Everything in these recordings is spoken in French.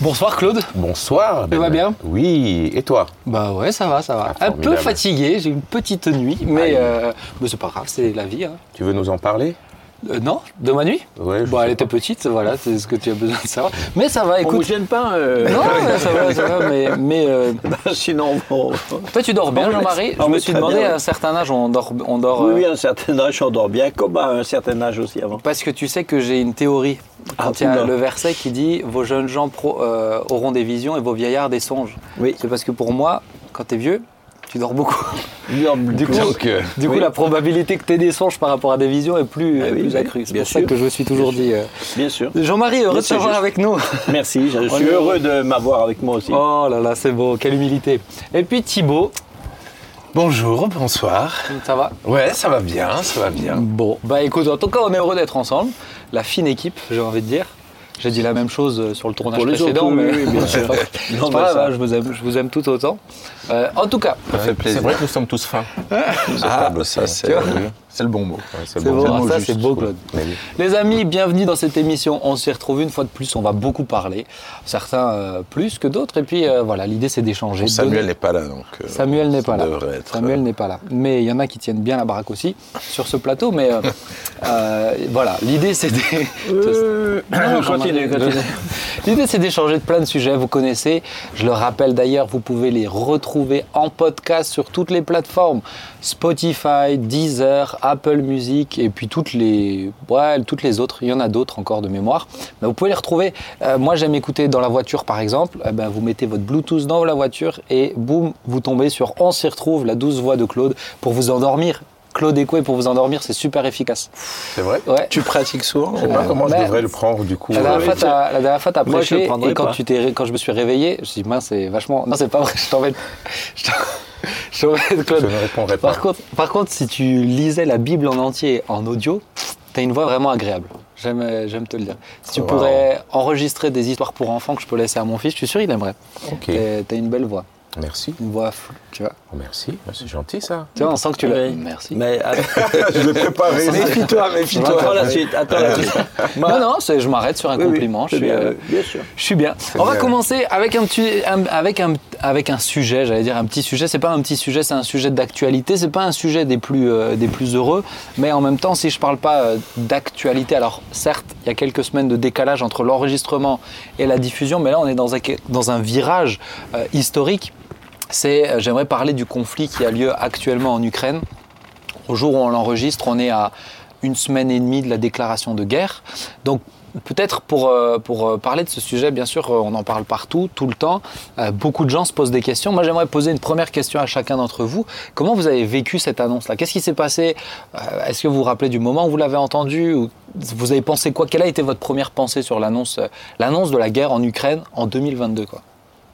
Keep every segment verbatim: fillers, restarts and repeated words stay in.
Bonsoir Claude. Bonsoir. Ben. Ça va bien? Oui, et toi? Bah ouais, ça va, ça va. Ah, un peu fatigué, j'ai une petite nuit, mais, euh, mais c'est pas grave, c'est la vie. Hein. Tu veux nous en parler? Euh, non, de ma nuit? Ouais. Bon, elle était petite, voilà, c'est ce que tu as besoin de savoir. Mais ça va, écoute. On vous gêne pas euh... Non, ça va, ça va, mais. mais euh... Sinon, bon. Toi, tu dors bien, Jean-Marie? Je me suis demandé bien, à un certain âge, on dort. On dort oui, euh... oui, à un certain âge, on dort bien, comme à un certain âge aussi avant. Parce que tu sais que j'ai une théorie. Quand ah, il y a le verset qui dit « Vos jeunes gens pro, euh, auront des visions et vos vieillards des songes ». Oui. C'est parce que pour moi, quand tu es vieux, tu dors beaucoup. Du coup, Donc, euh, du coup oui. La probabilité que tu aies des songes par rapport à des visions est plus, ah, oui, plus oui, accrue. C'est pour sûr. ça que je me suis toujours bien dit... Sûr. Euh... Bien sûr. Jean-Marie, heureux de t'avoir avec nous. Merci, je suis heureux de m'avoir avec moi aussi. Oh là là, c'est beau, quelle humilité. Et puis Thibaut. Bonjour, bonsoir. Ça va? Ouais, ça va bien, ça va bien. Bon, bah écoute, en tout cas, on est heureux d'être ensemble. La fine équipe, j'ai envie de dire. J'ai dit la même chose sur le tournage précédent, autres, mais oui, bien sûr. C'est pas grave, hein, je vous aime, je vous aime tout autant. Euh, en tout cas, ça fait plaisir. C'est vrai que nous sommes tous fins. Ah, bah ça, c'est, c'est le bon mot. Ouais, c'est c'est bon, bon. Ça, c'est beau, Claude. Oui. Les amis, bienvenue dans cette émission. On s'y retrouve une fois de plus. On va beaucoup parler. Certains euh, plus que d'autres. Et puis, euh, voilà, l'idée, c'est d'échanger. Bon, Samuel de... n'est pas là, donc. Euh, Samuel n'est pas là. Être... Samuel n'est pas là. Mais il y en a qui tiennent bien la baraque aussi sur ce plateau. Mais euh, euh, voilà, l'idée, c'est des. Euh... non, continue, continue. L'idée, c'est d'échanger de plein de sujets. Vous connaissez. Je le rappelle d'ailleurs, vous pouvez les retrouver en podcast sur toutes les plateformes. Spotify, Deezer, Apple Music et puis toutes les, ouais, toutes les autres. Il y en a d'autres encore de mémoire. Mais vous pouvez les retrouver. Euh, moi, j'aime écouter dans la voiture, par exemple. Eh ben, vous mettez votre Bluetooth dans la voiture et boum, vous tombez sur On s'y retrouve, la douce voix de Claude pour vous endormir. Claude Écoué pour vous endormir, c'est super efficace. C'est vrai? Ouais. Tu pratiques souvent? Je sais pas euh, comment je devrais le prendre du coup. La dernière fois, t'as, la dernière fois, t'as Moi, prêché je et quand, tu t'es, quand je me suis réveillé, je me suis dit, mince, c'est vachement... Non, c'est pas vrai, je t'embête. Je t'embête, Claude. Je ne répondrai pas. Par contre, par contre, si tu lisais la Bible en entier en audio, t'as une voix vraiment agréable. J'aime, j'aime te le dire. Si tu wow. pourrais enregistrer des histoires pour enfants que je peux laisser à mon fils, je suis sûr qu'il aimerait. Ok. T'as, t'as une belle voix. Merci. Une voix floue, tu vois. Oh, merci, c'est gentil ça. Tu vois, on sent que tu l'as. Oui. Merci. Mais je l'ai préparé. Méfie-toi, méfie-toi. Attends la suite. Attends la suite. Non, non, c'est, je m'arrête sur un oui, compliment. Oui, je suis, bien, euh, bien sûr. Je suis bien. C'est on bien. Va commencer avec un petit, un, avec un, avec un sujet. J'allais dire un petit sujet. C'est pas un petit sujet, c'est un sujet d'actualité. C'est pas un sujet des plus, euh, des plus heureux, mais en même temps, si je parle pas euh, d'actualité, alors certes, il y a quelques semaines de décalage entre l'enregistrement et la diffusion, mais là, on est dans un, dans un virage euh, historique. C'est, j'aimerais parler du conflit qui a lieu actuellement en Ukraine. Au jour où on l'enregistre, on est à une semaine et demie de la déclaration de guerre. Donc peut-être pour, pour parler de ce sujet, bien sûr, on en parle partout, tout le temps. Beaucoup de gens se posent des questions. Moi, j'aimerais poser une première question à chacun d'entre vous. Comment vous avez vécu cette annonce-là? Qu'est-ce qui s'est passé? Est-ce que vous vous rappelez du moment où vous l'avez entendu? Vous avez pensé quoi? Quelle a été votre première pensée sur l'annonce, l'annonce de la guerre en Ukraine en deux mille vingt-deux, quoi?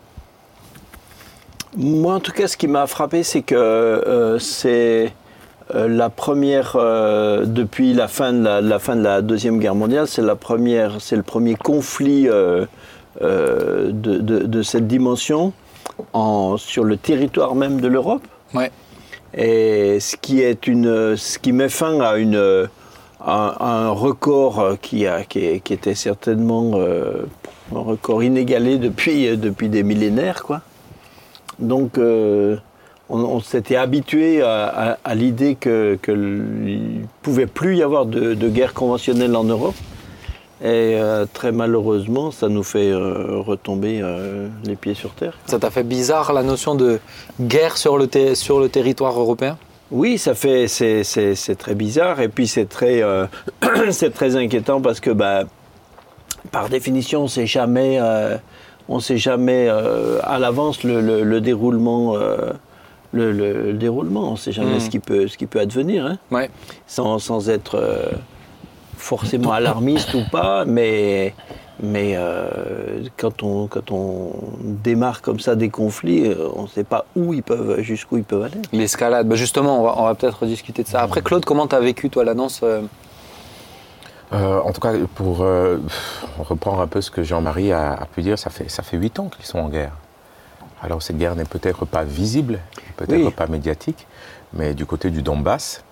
Moi, en tout cas, ce qui m'a frappé, c'est que euh, c'est euh, la première, euh, depuis la fin, de la, la fin de la Deuxième Guerre mondiale, c'est, la première, c'est le premier conflit euh, euh, de, de, de cette dimension en, sur le territoire même de l'Europe. Ouais. Et ce qui, est une, ce qui met fin à, une, à un record qui, a, qui, qui était certainement euh, un record inégalé depuis, depuis des millénaires, quoi. Donc, euh, on, on s'était habitué à, à, à l'idée qu'il ne pouvait plus y avoir de, de guerre conventionnelle en Europe. Et euh, très malheureusement, ça nous fait euh, retomber euh, les pieds sur terre. Ça t'a fait bizarre, la notion de guerre sur le, ter- sur le territoire européen? Oui, ça fait, c'est, c'est, c'est très bizarre. Et puis, c'est très, euh, c'est très inquiétant parce que, bah, par définition, on ne sait jamais... Euh, On ne sait jamais euh, à l'avance le, le, le déroulement. Euh, le, le, le déroulement, on ne sait jamais mmh. ce, qui peut, ce qui peut advenir. Hein, ouais. sans, sans être euh, forcément alarmiste ou pas, mais, mais euh, quand, on, quand on démarre comme ça des conflits, on ne sait pas où ils peuvent, jusqu'où ils peuvent aller. L'escalade, bah justement, on va, on va peut-être discuter de ça. Après, Claude, comment tu as vécu, toi, l'annonce euh... Euh, en tout cas, pour euh, reprendre un peu ce que Jean-Marie a, a pu dire, ça fait, ça fait huit ans qu'ils sont en guerre. Alors cette guerre n'est peut-être pas visible, peut-être oui. pas médiatique, mais du côté du Donbass,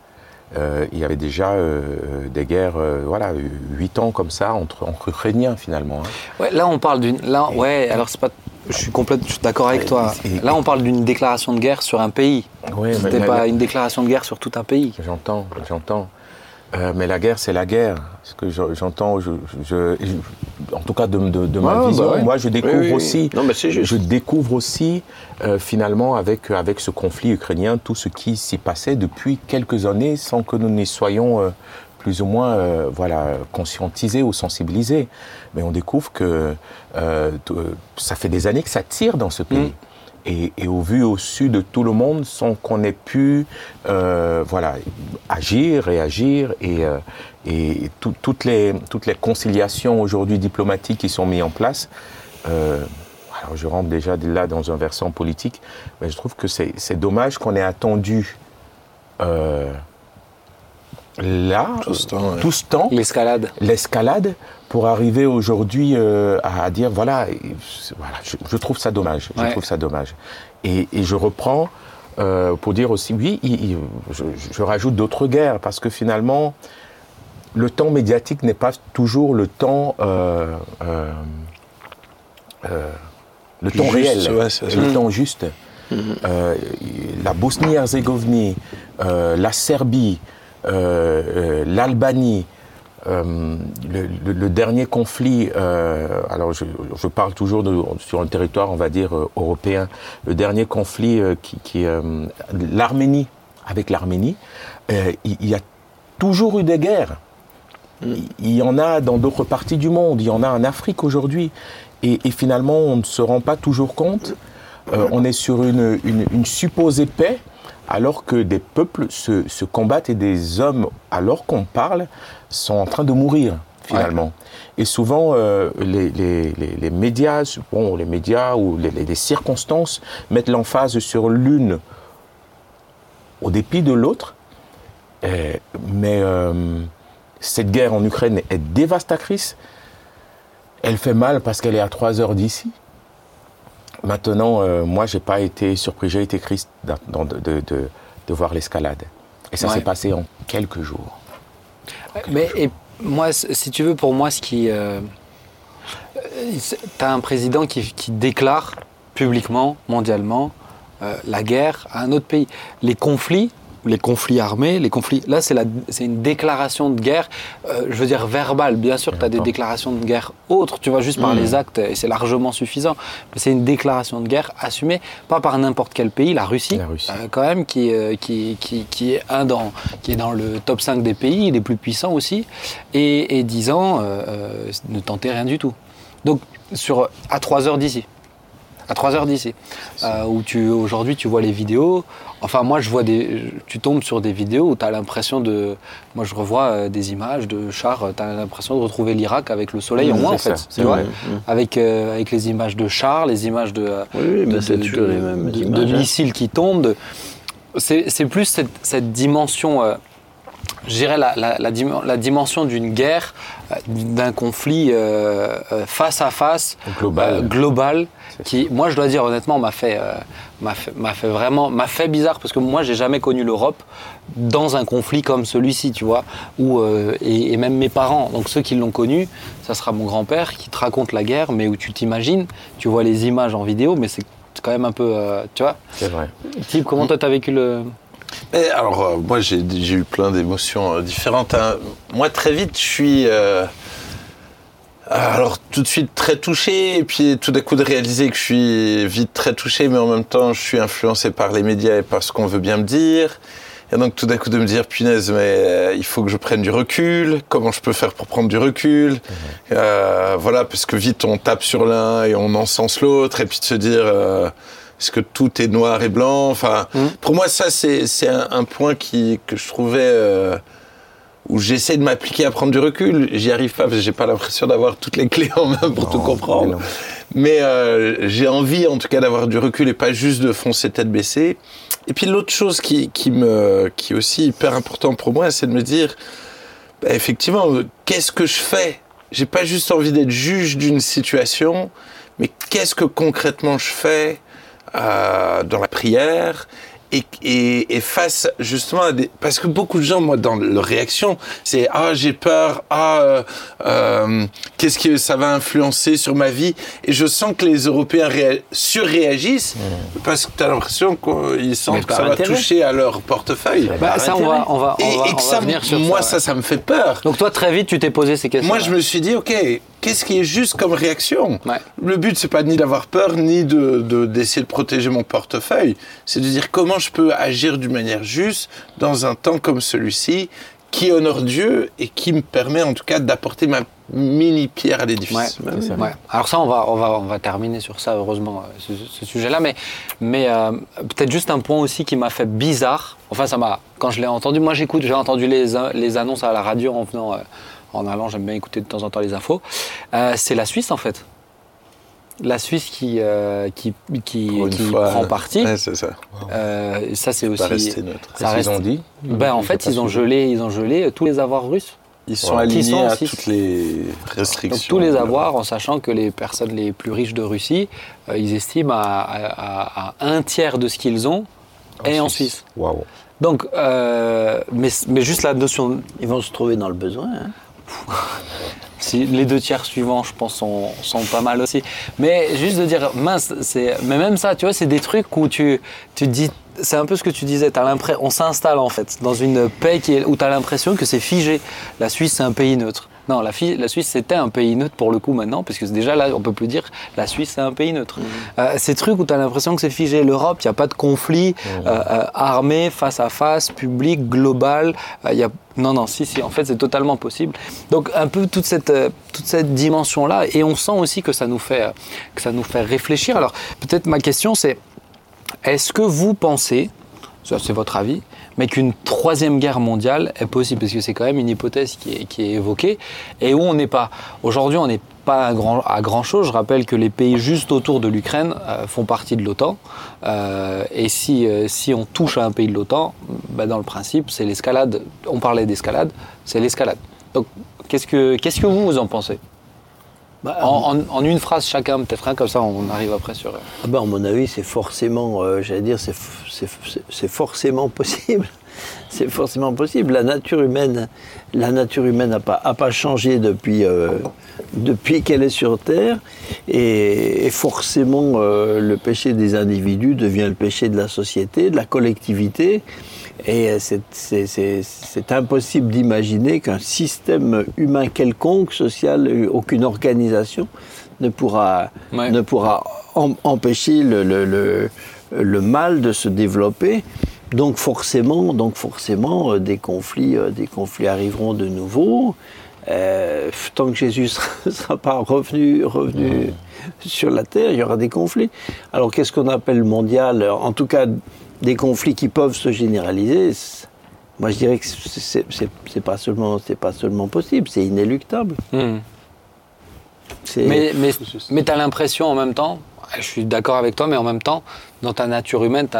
euh, il y avait déjà euh, des guerres, euh, voilà, huit ans comme ça entre, entre Ukrainiens finalement. Hein. Ouais, là on parle d'une, là, ouais, alors c'est pas, je suis complètement, je suis d'accord avec toi. Et, là on parle d'une déclaration de guerre sur un pays. Ouais, C'était mais, pas mais, une déclaration de guerre sur tout un pays. J'entends, j'entends. Euh, mais la guerre, c'est la guerre. Ce que j'entends, je, je, je, en tout cas de, de, de ma ah, vision, bah ouais. moi je découvre oui, oui. aussi, non, mais c'est juste. je découvre aussi euh, finalement avec avec ce conflit ukrainien tout ce qui s'y passait depuis quelques années sans que nous n'y soyons euh, plus ou moins euh, voilà conscientisés ou sensibilisés. Mais on découvre que euh, ça fait des années que ça tire dans ce pays. Mmh. Et, et au vu, au su de tout le monde, sans qu'on ait pu euh, voilà, agir, réagir, et, euh, et tout, toutes, les, toutes les conciliations aujourd'hui diplomatiques qui sont mises en place, euh, alors je rentre déjà là dans un versant politique, mais je trouve que c'est, c'est dommage qu'on ait attendu euh, là, tout ce temps, ouais. tout ce temps l'escalade. l'escalade, pour arriver aujourd'hui euh, à dire voilà, voilà je, je trouve ça dommage, je ouais. trouve ça dommage. Et, et je reprends euh, pour dire aussi oui, il, il, je, je rajoute d'autres guerres parce que finalement le temps médiatique n'est pas toujours le temps euh, euh, euh, le temps juste, réel, ouais, c'est le ça. temps juste. Mmh. Euh, la Bosnie-Herzégovine, euh, la Serbie, euh, euh, l'Albanie. Euh, le, le, le dernier conflit, euh, alors je, je parle toujours de, sur un territoire, on va dire, euh, européen, le dernier conflit euh, qui, qui euh, l'Arménie, avec l'Arménie, euh, il, il y a toujours eu des guerres. Mm. Il y en a dans d'autres parties du monde, il y en a en Afrique aujourd'hui, et, et finalement on ne se rend pas toujours compte. Euh, on est sur une, une, une supposée paix, alors que des peuples se, se combattent et des hommes, alors qu'on parle, sont en train de mourir, finalement. Ouais. Et souvent, euh, les, les, les, les médias, bon, les médias ou les, les circonstances mettent l'emphase sur l'une au dépit de l'autre. Et, mais euh, cette guerre en Ukraine est dévastatrice. Elle fait mal parce qu'elle est à trois heures d'ici. Maintenant, euh, moi, je n'ai pas été surpris, j'ai été triste de, de, de, de, de voir l'escalade. Et ça ouais. s'est passé en quelques jours. Quelques Mais jours. Et moi, si tu veux, pour moi, ce qui, euh, tu as un président qui, qui déclare publiquement, mondialement, euh, la guerre à un autre pays. Les conflits, les conflits armés, les conflits, là, c'est, la, c'est une déclaration de guerre, euh, je veux dire verbale. Bien sûr, tu as des déclarations de guerre autres, tu vois, juste par mmh. les actes, et c'est largement suffisant. Mais c'est une déclaration de guerre assumée, pas par n'importe quel pays, la Russie, la Russie. Euh, quand même, qui, euh, qui, qui, qui, est un dans, qui est dans le top cinq des pays, les plus puissants aussi, et, et disant, euh, euh, ne tentez rien du tout. Donc, sur, à trois heures d'ici. À trois heures d'ici. Euh, où tu, aujourd'hui, tu vois les vidéos. Enfin, moi, je vois des. Tu tombes sur des vidéos où tu as l'impression de. Moi, je revois euh, des images de chars. Tu as l'impression de retrouver l'Irak avec le soleil mmh, en moins, en fait. Ça. C'est vrai. Mmh. Avec, euh, avec les images de chars, les images de. Oui, oui, de, mais c'est de, toujours de, les mêmes de, images. De missiles qui tombent. De... C'est, c'est plus cette, cette dimension. Euh, je dirais la, la, la, la dimension d'une guerre, d'un conflit euh, face à face, global, euh, global qui, moi je dois dire honnêtement, m'a fait, euh, m'a fait, m'a fait vraiment, m'a fait bizarre parce que moi j'ai jamais connu l'Europe dans un conflit comme celui-ci, tu vois, où, euh, et, et même mes parents, donc ceux qui l'ont connu, ça sera mon grand-père qui te raconte la guerre, mais où tu t'imagines, tu vois les images en vidéo, mais c'est quand même un peu, euh, tu vois. C'est vrai. Type, comment toi t'as vécu le... Et alors, euh, moi, j'ai, j'ai eu plein d'émotions euh, différentes. Hein. Moi, très vite, je suis... Euh, alors, tout de suite très touché, et puis tout d'un coup de réaliser que je suis vite très touché, mais en même temps, je suis influencé par les médias et par ce qu'on veut bien me dire. Et donc, tout d'un coup de me dire, punaise, mais euh, il faut que je prenne du recul. Comment je peux faire pour prendre du recul ? Mmh. euh, Voilà, parce que vite, on tape sur l'un et on encense l'autre, et puis de se dire... Euh, Est-ce que tout est noir et blanc ? Enfin, mmh. pour moi, ça, c'est, c'est un, un point qui, que je trouvais... Euh, où j'essaie de m'appliquer à prendre du recul. J'y arrive pas parce que j'ai pas l'impression d'avoir toutes les clés en main pour non, tout comprendre. Mais, mais euh, j'ai envie, en tout cas, d'avoir du recul et pas juste de foncer tête baissée. Et puis, l'autre chose qui, qui, me, qui est aussi hyper important pour moi, c'est de me dire, bah, effectivement, qu'est-ce que je fais ? J'ai pas juste envie d'être juge d'une situation, mais qu'est-ce que concrètement je fais ? Euh, dans la prière Et, et, et face justement à des... Parce que beaucoup de gens, moi, dans leur réaction, c'est « Ah, j'ai peur, ah, euh, euh, qu'est-ce que ça va influencer sur ma vie ?» Et je sens que les Européens réa- surréagissent mmh. parce que tu as l'impression qu'ils sentent que ça intérêt. va toucher à leur portefeuille. Bah, ça, on va, on va, on et, va, et on que va ça, venir sur moi, ça. ça, ça me fait peur. Donc toi, très vite, tu t'es posé ces questions. Moi, je me suis dit « Ok, qu'est-ce qui est juste comme réaction ouais. ?» Le but, c'est pas ni d'avoir peur, ni de, de, d'essayer de protéger mon portefeuille. C'est de dire comment je peux agir d'une manière juste dans un temps comme celui-ci qui honore Dieu et qui me permet en tout cas d'apporter ma mini pierre à l'édifice. Ouais, c'est ouais. Alors ça, on va, on va, on va terminer sur ça, heureusement, ce, ce sujet-là. Mais, mais euh, peut-être juste un point aussi qui m'a fait bizarre. Enfin, ça m'a, quand je l'ai entendu, moi j'écoute, j'ai entendu les, les annonces à la radio en venant, euh, en allant, j'aime bien écouter de temps en temps les infos. Euh, c'est la Suisse en fait. La Suisse qui, euh, qui, qui, qui fois, prend parti. Ouais, c'est ça. Euh, ça, c'est aussi. Pas rester neutre. Ça reste, ils ont dit. Ben, en fait, ils ont gelé, ils ont gelé tous les avoirs russes. Ils sont Voilà. alignés sont à aussi, toutes les restrictions. Donc, tous les avoirs, en sachant que les personnes les plus riches de Russie, euh, ils estiment à, à, à un tiers de ce qu'ils ont en est Suisse. en Suisse. Waouh. Donc, euh, mais, mais juste la notion. Ils vont se trouver dans le besoin. Hein. Si les deux tiers suivants, je pense, sont, sont pas mal aussi. Mais juste de dire, mince, c'est, mais même ça, tu vois, c'est des trucs où tu, tu te dis, c'est un peu ce que tu disais, t'as l'impression, on s'installe en fait dans une paix qui est, où tu as l'impression que c'est figé. La Suisse, c'est un pays neutre. Non, la, fi, la Suisse, c'était un pays neutre pour le coup maintenant, parce que déjà là, on peut plus dire la Suisse, c'est un pays neutre. Mmh. Euh, ces trucs où tu as l'impression que c'est figé. L'Europe, il n'y a pas de conflit mmh. euh, euh, armé, face à face, public, global. Euh, y a... Non, non, si, si, en fait, c'est totalement possible. Donc, un peu toute cette, euh, toute cette dimension-là, et on sent aussi que ça nous fait, euh, que ça nous fait réfléchir. Alors, peut-être ma question, c'est, est-ce que vous pensez, ça c'est votre avis, mais qu'une troisième guerre mondiale est possible, parce que c'est quand même une hypothèse qui est, qui est évoquée, et où on n'est pas. Aujourd'hui, on n'est pas à grand, à grand chose. Je rappelle que les pays juste autour de l'Ukraine euh, font partie de l'OTAN, euh, et si, euh, si on touche à un pays de l'OTAN, bah, dans le principe, c'est l'escalade. On parlait d'escalade, c'est l'escalade. Donc, qu'est-ce que, qu'est-ce que vous, vous en pensez ? Bah, en, en, en une phrase chacun, peut-être, hein, comme ça on arrive après sur... Ah ben, à mon avis, c'est forcément, euh, j'allais dire, c'est, c'est, c'est forcément possible. C'est forcément possible. La nature humaine, la nature humaine n'a pas, a pas changé depuis, euh, depuis qu'elle est sur Terre. Et, et forcément, euh, le péché des individus devient le péché de la société, de la collectivité. Et c'est, c'est, c'est, c'est impossible d'imaginer qu'un système humain quelconque, social, aucune organisation ne pourra, ouais. ne pourra em, empêcher le, le, le, le mal de se développer. Donc forcément, donc forcément euh, des, conflits, euh, des conflits arriveront de nouveau. Euh, tant que Jésus ne sera pas revenu, revenu mmh. sur la terre, il y aura des conflits. Alors qu'est-ce qu'on appelle mondial ? En tout cas, des conflits qui peuvent se généraliser, moi je dirais que c'est, c'est, c'est, pas, seulement, c'est pas seulement possible, c'est inéluctable. Mmh. C'est... Mais, mais, mais tu as l'impression en même temps, je suis d'accord avec toi, mais en même temps, dans ta nature humaine, tu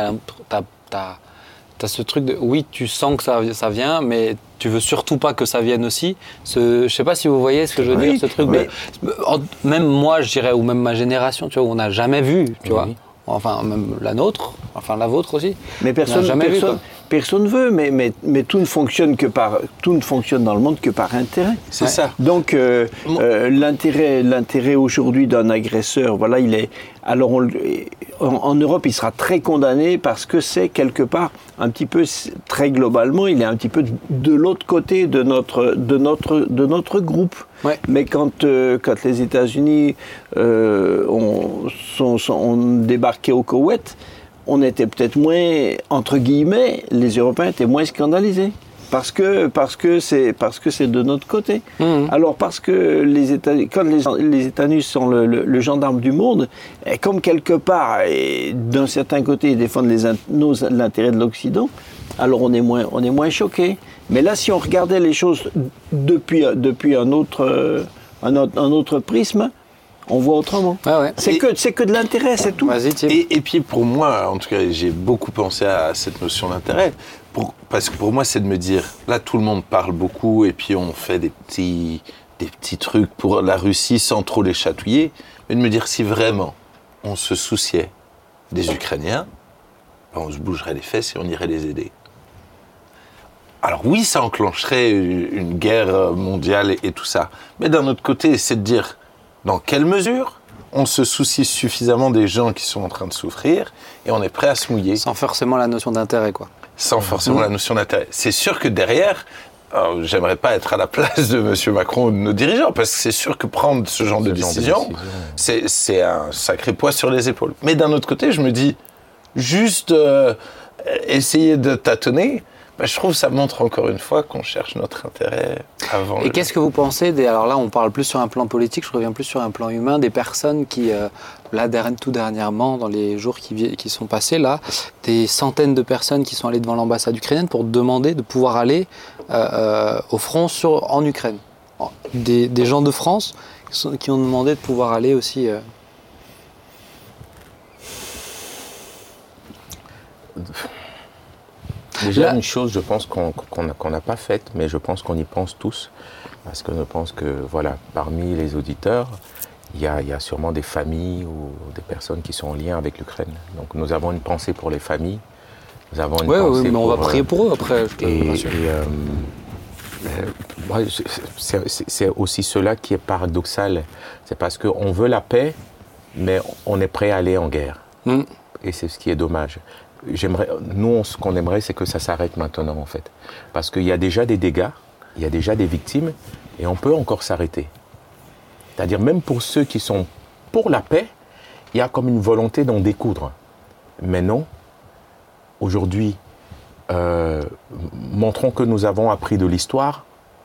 as ce truc de, oui, tu sens que ça, ça vient, mais tu veux surtout pas que ça vienne aussi. Ce, je sais pas si vous voyez ce que je veux oui, dire, ce truc mais... de, même moi, je dirais, ou même ma génération, tu vois, on n'a jamais vu, tu oui. vois. Enfin, même la nôtre, enfin la vôtre aussi. Mais personne ne personne, personne veut, mais, mais, mais tout, ne fonctionne que par, tout ne fonctionne dans le monde que par intérêt. C'est ouais. ça. Donc, euh, euh, l'intérêt, l'intérêt aujourd'hui d'un agresseur, voilà, il est. Alors, on, en, en Europe, il sera très condamné parce que c'est quelque part, un petit peu, très globalement, il est un petit peu de l'autre côté de notre, de notre, de notre groupe. Ouais. Mais quand, euh, quand les États-Unis euh, ont, sont, sont, ont débarqué au Koweït, on était peut-être moins, entre guillemets, les Européens étaient moins scandalisés. Parce que, parce que, c'est, parce que c'est de notre côté. Mmh. Alors, parce que les États, quand les, les États-Unis sont le, le, le gendarme du monde, et comme quelque part, et d'un certain côté, ils défendent les, nos, l'intérêt de l'Occident, alors on est moins, on est moins choqués. Mais là, si on regardait les choses depuis, depuis un, autre, un, autre, un autre prisme, on voit autrement. Ah ouais. C'est, que, c'est que de l'intérêt, c'est tout. Vas-y, et, et puis pour moi, en tout cas, j'ai beaucoup pensé à cette notion d'intérêt. Pour, parce que pour moi, c'est de me dire, là, tout le monde parle beaucoup et puis on fait des petits, des petits trucs pour la Russie sans trop les chatouiller. Mais de me dire, si vraiment on se souciait des Ukrainiens, ben, on se bougerait les fesses et on irait les aider. Alors oui, ça enclencherait une guerre mondiale et, et tout ça. Mais d'un autre côté, c'est de dire dans quelle mesure on se soucie suffisamment des gens qui sont en train de souffrir et on est prêt à se mouiller. Sans forcément la notion d'intérêt, quoi. Sans forcément mmh. la notion d'intérêt. C'est sûr que derrière, alors, j'aimerais pas être à la place de M. Macron ou de nos dirigeants, parce que c'est sûr que prendre ce genre, ce de, genre décision, de décision, c'est, c'est un sacré poids sur les épaules. Mais d'un autre côté, je me dis, juste euh, essayer de tâtonner, ben, je trouve que ça montre encore une fois qu'on cherche notre intérêt avant. Et le... qu'est-ce que vous pensez des... Alors là, on parle plus sur un plan politique, je reviens plus sur un plan humain, des personnes qui, euh, là, tout dernièrement, dans les jours qui, qui sont passés, là, des centaines de personnes qui sont allées devant l'ambassade ukrainienne pour demander de pouvoir aller euh, euh, au front sur, en Ukraine. Des, des gens de France qui, sont, qui ont demandé de pouvoir aller aussi... Euh... Déjà, Là, une chose, je pense qu'on qu'on n'a qu'on n'a pas faite, mais je pense qu'on y pense tous, parce que je pense que, voilà, parmi les auditeurs, il y a, il y a sûrement des familles ou des personnes qui sont en lien avec l'Ukraine. Donc, nous avons une pensée pour les familles, nous avons une ouais, pensée oui, mais pour... on va prier pour eux après, je te et, rassure. Et, euh, euh, c'est, c'est aussi cela qui est paradoxal, c'est parce qu'on veut la paix, mais on est prêt à aller en guerre. Mm. Et c'est ce qui est dommage. J'aimerais, nous, ce qu'on aimerait, c'est que ça s'arrête maintenant, en fait. Parce qu'il y a déjà des dégâts, il y a déjà des victimes, et on peut encore s'arrêter. C'est-à-dire, même pour ceux qui sont pour la paix, il y a comme une volonté d'en découdre. Mais non, aujourd'hui, euh, montrons que nous avons appris de l'histoire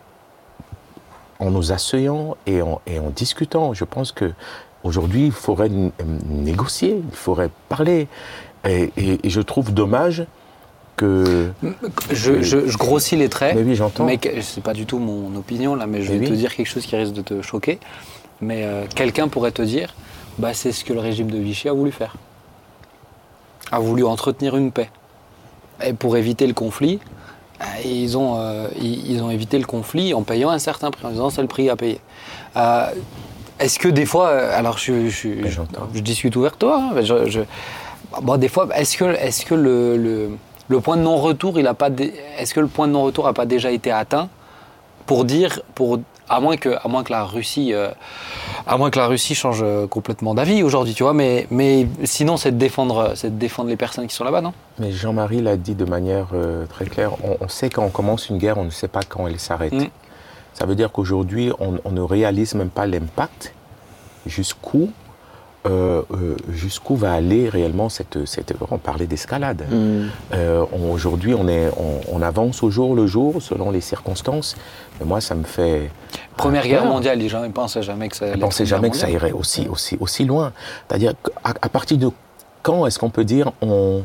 en nous asseyant et en, et en discutant. Je pense qu'aujourd'hui, il faudrait n- négocier, il faudrait parler. Et, et, et je trouve dommage que... Je, je, je grossis les traits, mais oui, j'entends. Mais que, c'est pas du tout mon opinion là, mais je mais vais oui. te dire quelque chose qui risque de te choquer. Mais euh, quelqu'un pourrait te dire, bah, c'est ce que le régime de Vichy a voulu faire. A voulu entretenir une paix. Et pour éviter le conflit, ils ont, euh, ils, ils ont évité le conflit en payant un certain prix, en disant c'est le prix à payer. Euh, est-ce que des fois, alors je, je, je, je discute ouvertement, hein, je, je, bon, des fois, est-ce que, est-ce que le, le, le point de non-retour, il a pas, dé, est-ce que le point de non-retour n'a pas déjà été atteint pour dire, pour, à moins que, à moins que la Russie, euh, à moins que la Russie change complètement d'avis aujourd'hui, tu vois, mais, mais sinon c'est de défendre, c'est de défendre les personnes qui sont là-bas, non ? Mais Jean-Marie l'a dit de manière euh, très claire. On, on sait quand on commence une guerre, on ne sait pas quand elle s'arrête. Mm. Ça veut dire qu'aujourd'hui, on, on ne réalise même pas l'impact jusqu'où. Euh, euh, jusqu'où va aller réellement cette... cette on parlait d'escalade. Mm. Euh, on, aujourd'hui, on, est, on, on avance au jour le jour, selon les circonstances. Mais moi, ça me fait... Première guerre mondiale, les gens ne pensaient jamais que ça allait... Ils ne pensaient jamais que ça irait aussi, aussi, aussi loin. C'est-à-dire, à, à partir de quand est-ce qu'on peut dire on,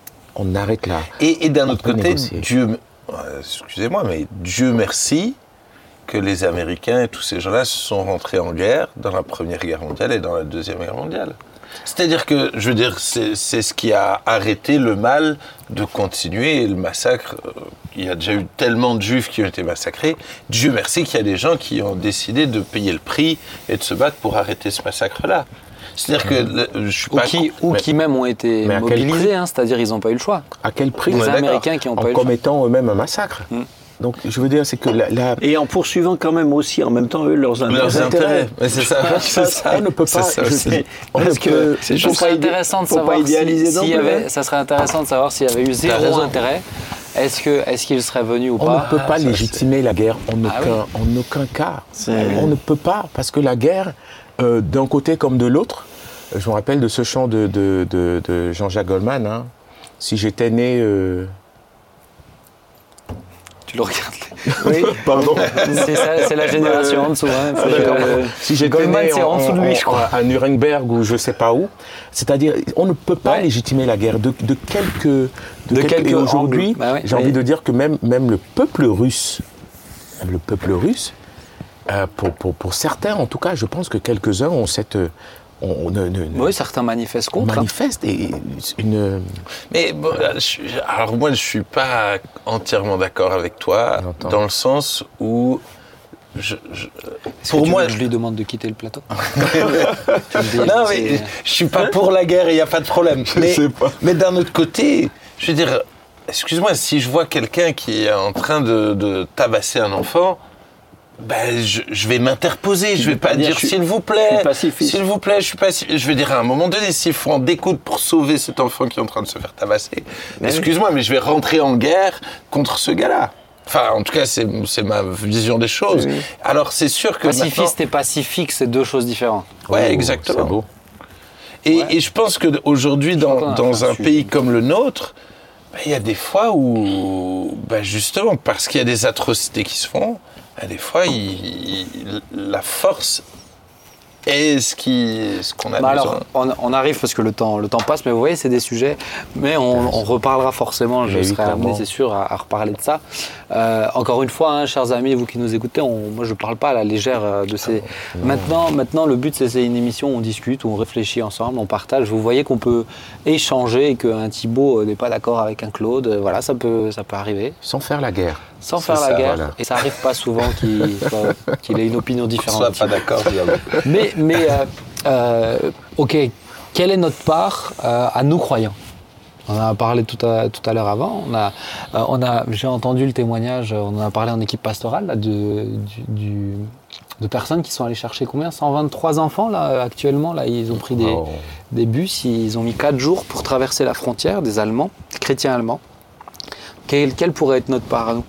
on arrête là ? Et, et d'un autre côté, négocier. Dieu... Excusez-moi, mais Dieu merci que les Américains et tous ces gens-là se sont rentrés en guerre dans la Première Guerre mondiale et dans la Deuxième Guerre mondiale. C'est-à-dire que, je veux dire, c'est, c'est ce qui a arrêté le mal de continuer et le massacre. Il y a déjà eu tellement de Juifs qui ont été massacrés. Dieu merci qu'il y a des gens qui ont décidé de payer le prix et de se battre pour arrêter ce massacre-là. C'est-à-dire que mmh. je suis ou pas... Qui, ou mais, qui même ont été mobilisés, hein, c'est-à-dire ils n'ont pas eu le choix. À quel prix ? Les Américains qui n'ont pas eu le choix. En commettant eux-mêmes un massacre. Mmh. Donc, je veux dire, c'est que la, la... Et en poursuivant quand même aussi, en même temps, eux, leurs intérêts. Leurs intérêts. Mais c'est ça. c'est ça. On ne peut pas... C'est ça aussi. On Parce que peut, c'est ça serait intéressant de savoir si, si y avait, ça serait intéressant de savoir s'il y avait eu zéro intérêt. Est-ce, que, est-ce qu'il serait venu ou on pas ? On ne peut pas ah, légitimer la guerre en aucun, ah, oui. en aucun cas. C'est... On ne peut pas, parce que la guerre, euh, d'un côté comme de l'autre, je me rappelle de ce chant de, de, de, de Jean-Jacques Goldman, hein, si j'étais né... Euh... Tu le regardes. Oui, pardon. C'est, ça, c'est la génération en dessous. Hein. Ah, euh, si j'étais Goldman, né c'est en dessous de lui, je crois. À Nuremberg ou je ne sais pas où. C'est-à-dire, on ne peut pas ouais. légitimer la guerre de, de quelques... De, de quelques, quelques et aujourd'hui, bah ouais, j'ai ouais. envie de dire que même, même le peuple russe, même le peuple russe, euh, pour, pour, pour certains, en tout cas, je pense que quelques-uns ont cette... On, on, on, on, oui, certains manifestent contre. Manifestent et une. Mais bon, je, alors moi, je suis pas entièrement d'accord avec toi, dans le sens où je, je, pour moi, je lui demande de quitter le plateau. Non, mais je suis pas pour la guerre, il n'y a pas de problème. Je mais, sais pas. mais d'un autre côté, je veux dire, excuse-moi, si je vois quelqu'un qui est en train de, de tabasser un enfant, ben je, je vais m'interposer. Je vais pas dire, dire s'il vous plaît, s'il vous plaît, je suis pas. Je vais dire à un moment donné, s'il faut en découdre pour sauver cet enfant qui est en train de se faire tabasser, mais excuse-moi, oui. mais je vais rentrer en guerre contre ce gars-là. Enfin, en tout cas, c'est, c'est ma vision des choses. Oui, oui. Alors, c'est sûr que pacifiste maintenant... et pacifique, c'est deux choses différentes. Ouais, oh, exactement. C'est beau. Et, ouais. et je pense qu'aujourd'hui, dans, dans un pays comme le nôtre, il ben, y a des fois où, ben, justement, parce qu'il y a des atrocités qui se font, ben, des fois, il, il, la force est ce, qui, ce qu'on a bah besoin. Alors, on, on arrive parce que le temps, le temps passe, mais vous voyez, c'est des sujets, mais on, on reparlera forcément, je mais serai amené, c'est sûr, à, à reparler de ça. Euh, encore une fois, hein, chers amis, vous qui nous écoutez, on, moi je ne parle pas à la légère de ces... Oh, maintenant, maintenant, le but, c'est, c'est une émission où on discute, où on réfléchit ensemble, on partage. Vous voyez qu'on peut échanger et qu'un Thibaut n'est pas d'accord avec un Claude. Voilà, ça peut, ça peut arriver. Sans faire la guerre. Sans faire ça, la guerre. Voilà. Et ça n'arrive pas souvent qu'il, soit, qu'il ait une opinion différente. On ne soit pas d'accord. mais, mais euh, euh, ok, quelle est notre part euh, à nous croyants ? On en a parlé tout à, tout à l'heure avant. On a, euh, on a, j'ai entendu le témoignage, on en a parlé en équipe pastorale, là, de, du, du, de personnes qui sont allées chercher combien cent vingt-trois enfants là, actuellement. Là, ils ont pris des, oh. des bus, ils ont mis quatre jours pour traverser la frontière, des Allemands, des chrétiens allemands. Quelle, quelle pourrait être notre part à nous ?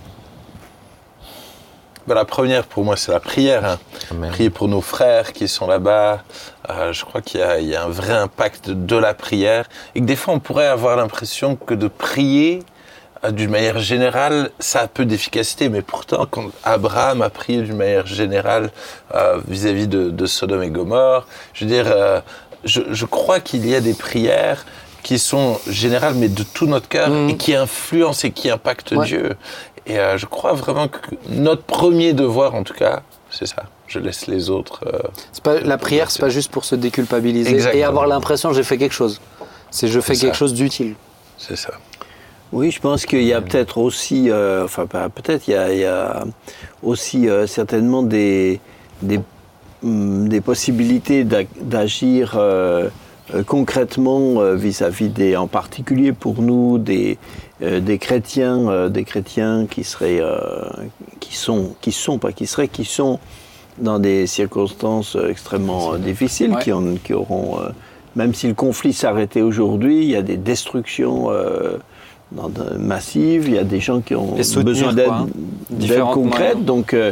Ben, la première, pour moi, c'est la prière. Hein. Prier pour nos frères qui sont là-bas. Euh, je crois qu'il y a, il y a un vrai impact de la prière. Et que des fois, on pourrait avoir l'impression que de prier, euh, d'une manière générale, ça a peu d'efficacité. Mais pourtant, quand Abraham a prié d'une manière générale euh, vis-à-vis de, de Sodome et Gomorrhe, je veux dire, euh, je, je crois qu'il y a des prières qui sont générales, mais de tout notre cœur, mmh. et qui influencent et qui impactent ouais. Dieu. Et euh, je crois vraiment que notre premier devoir, en tout cas, c'est ça. Je laisse les autres... Euh, c'est pas, la prière, c'est pas juste pour se déculpabiliser Exactement. Et avoir l'impression que j'ai fait quelque chose. C'est je fais c'est quelque ça. chose d'utile. C'est ça. Oui, je pense qu'il y a peut-être aussi... Euh, enfin, pas peut-être, il y a, il y a aussi euh, certainement des, des, hum, des possibilités d'agir... Euh, Euh, concrètement euh, vis-à-vis des, en particulier pour nous, des, euh, des chrétiens, euh, des chrétiens qui seraient, euh, qui sont, qui sont, pas qui seraient, qui sont dans des circonstances extrêmement euh, difficiles, ouais. qui, ont, qui auront, euh, même si le conflit s'arrêtait aujourd'hui, il y a des destructions euh, dans de, massives, il y a des gens qui ont besoin d'aide, quoi, hein. d'aide concrète, moyens. donc, euh,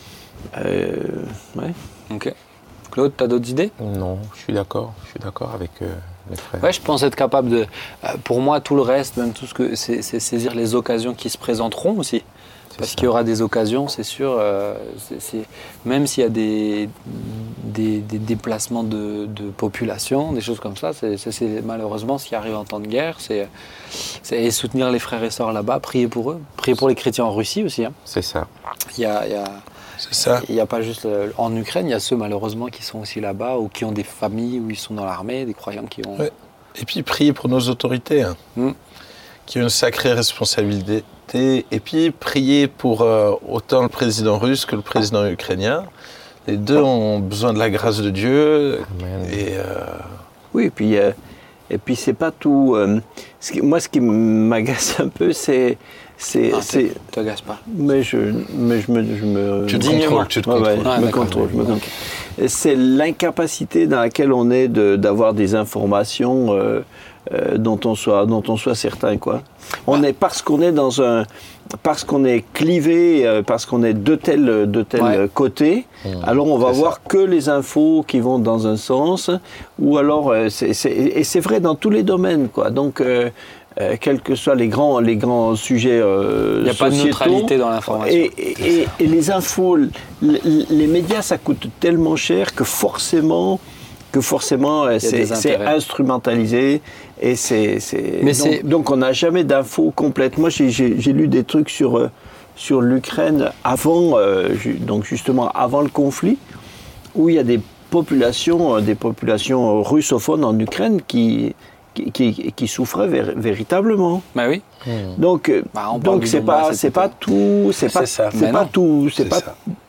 euh, ouais. Ok. Claude, tu as d'autres idées ? Non, je suis d'accord. Je suis d'accord avec euh, mes frères. Ouais, je pense être capable de... Euh, pour moi, tout le reste, même tout ce que... C'est, c'est saisir les occasions qui se présenteront aussi. C'est Parce ça. qu'il y aura des occasions, c'est sûr. Euh, c'est, c'est, même s'il y a des, des, des déplacements de, de population, des choses comme ça, c'est, c'est, c'est malheureusement ce qui arrive en temps de guerre. C'est, c'est soutenir les frères et sœurs là-bas, prier pour eux. Prier pour les chrétiens en Russie aussi. Hein. C'est ça. Il y a... Il y a C'est ça. Il n'y a pas juste euh, en Ukraine, il y a ceux malheureusement qui sont aussi là-bas ou qui ont des familles où ils sont dans l'armée, des croyants qui ont... Ouais. Et puis prier pour nos autorités, hein, mm. qui ont une sacrée responsabilité. Et puis prier pour euh, autant le président russe que le président ukrainien. Les deux ont besoin de la grâce de Dieu. Amen. Et, euh... Oui, et puis, euh, et puis c'est pas tout... Euh, ce qui, moi, ce qui m'agace un peu, c'est... C'est, ah, c'est... Tu t'agaces pas. Mais je, mais je me, je me... Tu te contrôles, tu te ouais, contrôles. Ouais, je me contrôle, je me contrôle. C'est l'incapacité dans laquelle on est de, d'avoir des informations euh, euh, dont on soit, dont on soit certain, quoi. On bah. est parce qu'on est dans un, parce qu'on est clivé, euh, parce qu'on est de tel, de tel ouais. côté. Mmh, alors on va voir ça. que les infos qui vont dans un sens, ou alors euh, c'est, c'est, et c'est vrai dans tous les domaines, quoi. Donc euh, Euh, quels que soient les grands, les grands sujets euh, sociétaux. Il n'y a pas de neutralité dans l'information. Et, et, et, et les infos, les, les médias, ça coûte tellement cher que forcément, que forcément c'est, c'est instrumentalisé. Et c'est, c'est, Mais donc, c'est... donc on n'a jamais d'infos complètes. Moi, j'ai, j'ai, j'ai lu des trucs sur, euh, sur l'Ukraine avant, euh, ju- donc justement avant le conflit, où il y a des populations, euh, des populations russophones en Ukraine qui... Qui, qui, qui souffrait ver, véritablement. Bah oui. Donc, bah, donc c'est pas, c'est pas tout, c'est, c'est pas, ça. c'est pas tout, c'est, c'est pas,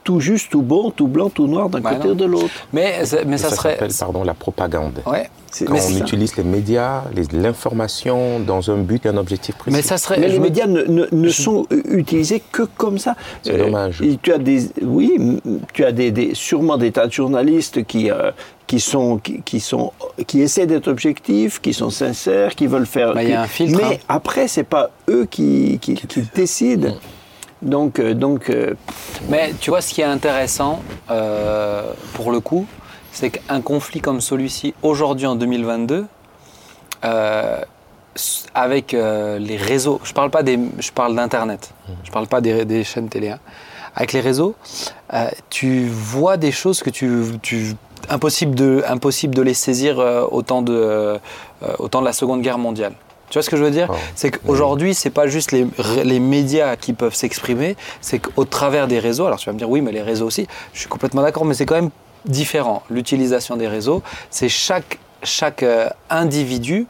tout juste, tout bon, tout blanc, tout noir d'un bah côté non. ou de l'autre. Mais, mais ça, ça serait. s'appelle, pardon, la propagande. Ouais. Quand mais on ça. utilise les médias, les, l'information dans un but et un objectif précis. Mais ça serait. Mais je les me- médias ne, ne, ne sont utilisés que comme ça. C'est dommage. et tu as des, oui, m- tu as des, des, sûrement des tas de journalistes qui, euh, qui sont, qui, qui sont, qui essaient d'être objectifs, qui sont sincères, qui veulent faire. Bah, il y a un filtre, Mais hein. après, c'est pas eux qui, qui, qui décident. Donc, euh, donc. euh, Mais tu vois, ce qui est intéressant, euh, pour le coup, c'est qu'un conflit comme celui-ci, aujourd'hui en deux mille vingt-deux, euh, s- avec euh, les réseaux, je parle pas des, je parle d'Internet, je parle pas des, des chaînes télé, hein. Avec les réseaux, euh, tu vois des choses que tu, tu impossible de, impossible de les saisir euh, au temps de, euh, au temps de la Seconde Guerre mondiale. Tu vois ce que je veux dire? Oh, C'est qu'aujourd'hui, c'est pas juste les, les médias qui peuvent s'exprimer, c'est qu'au travers des réseaux, alors tu vas me dire oui, mais les réseaux aussi, je suis complètement d'accord, mais c'est quand même différent. L'utilisation des réseaux, c'est chaque, chaque euh, individu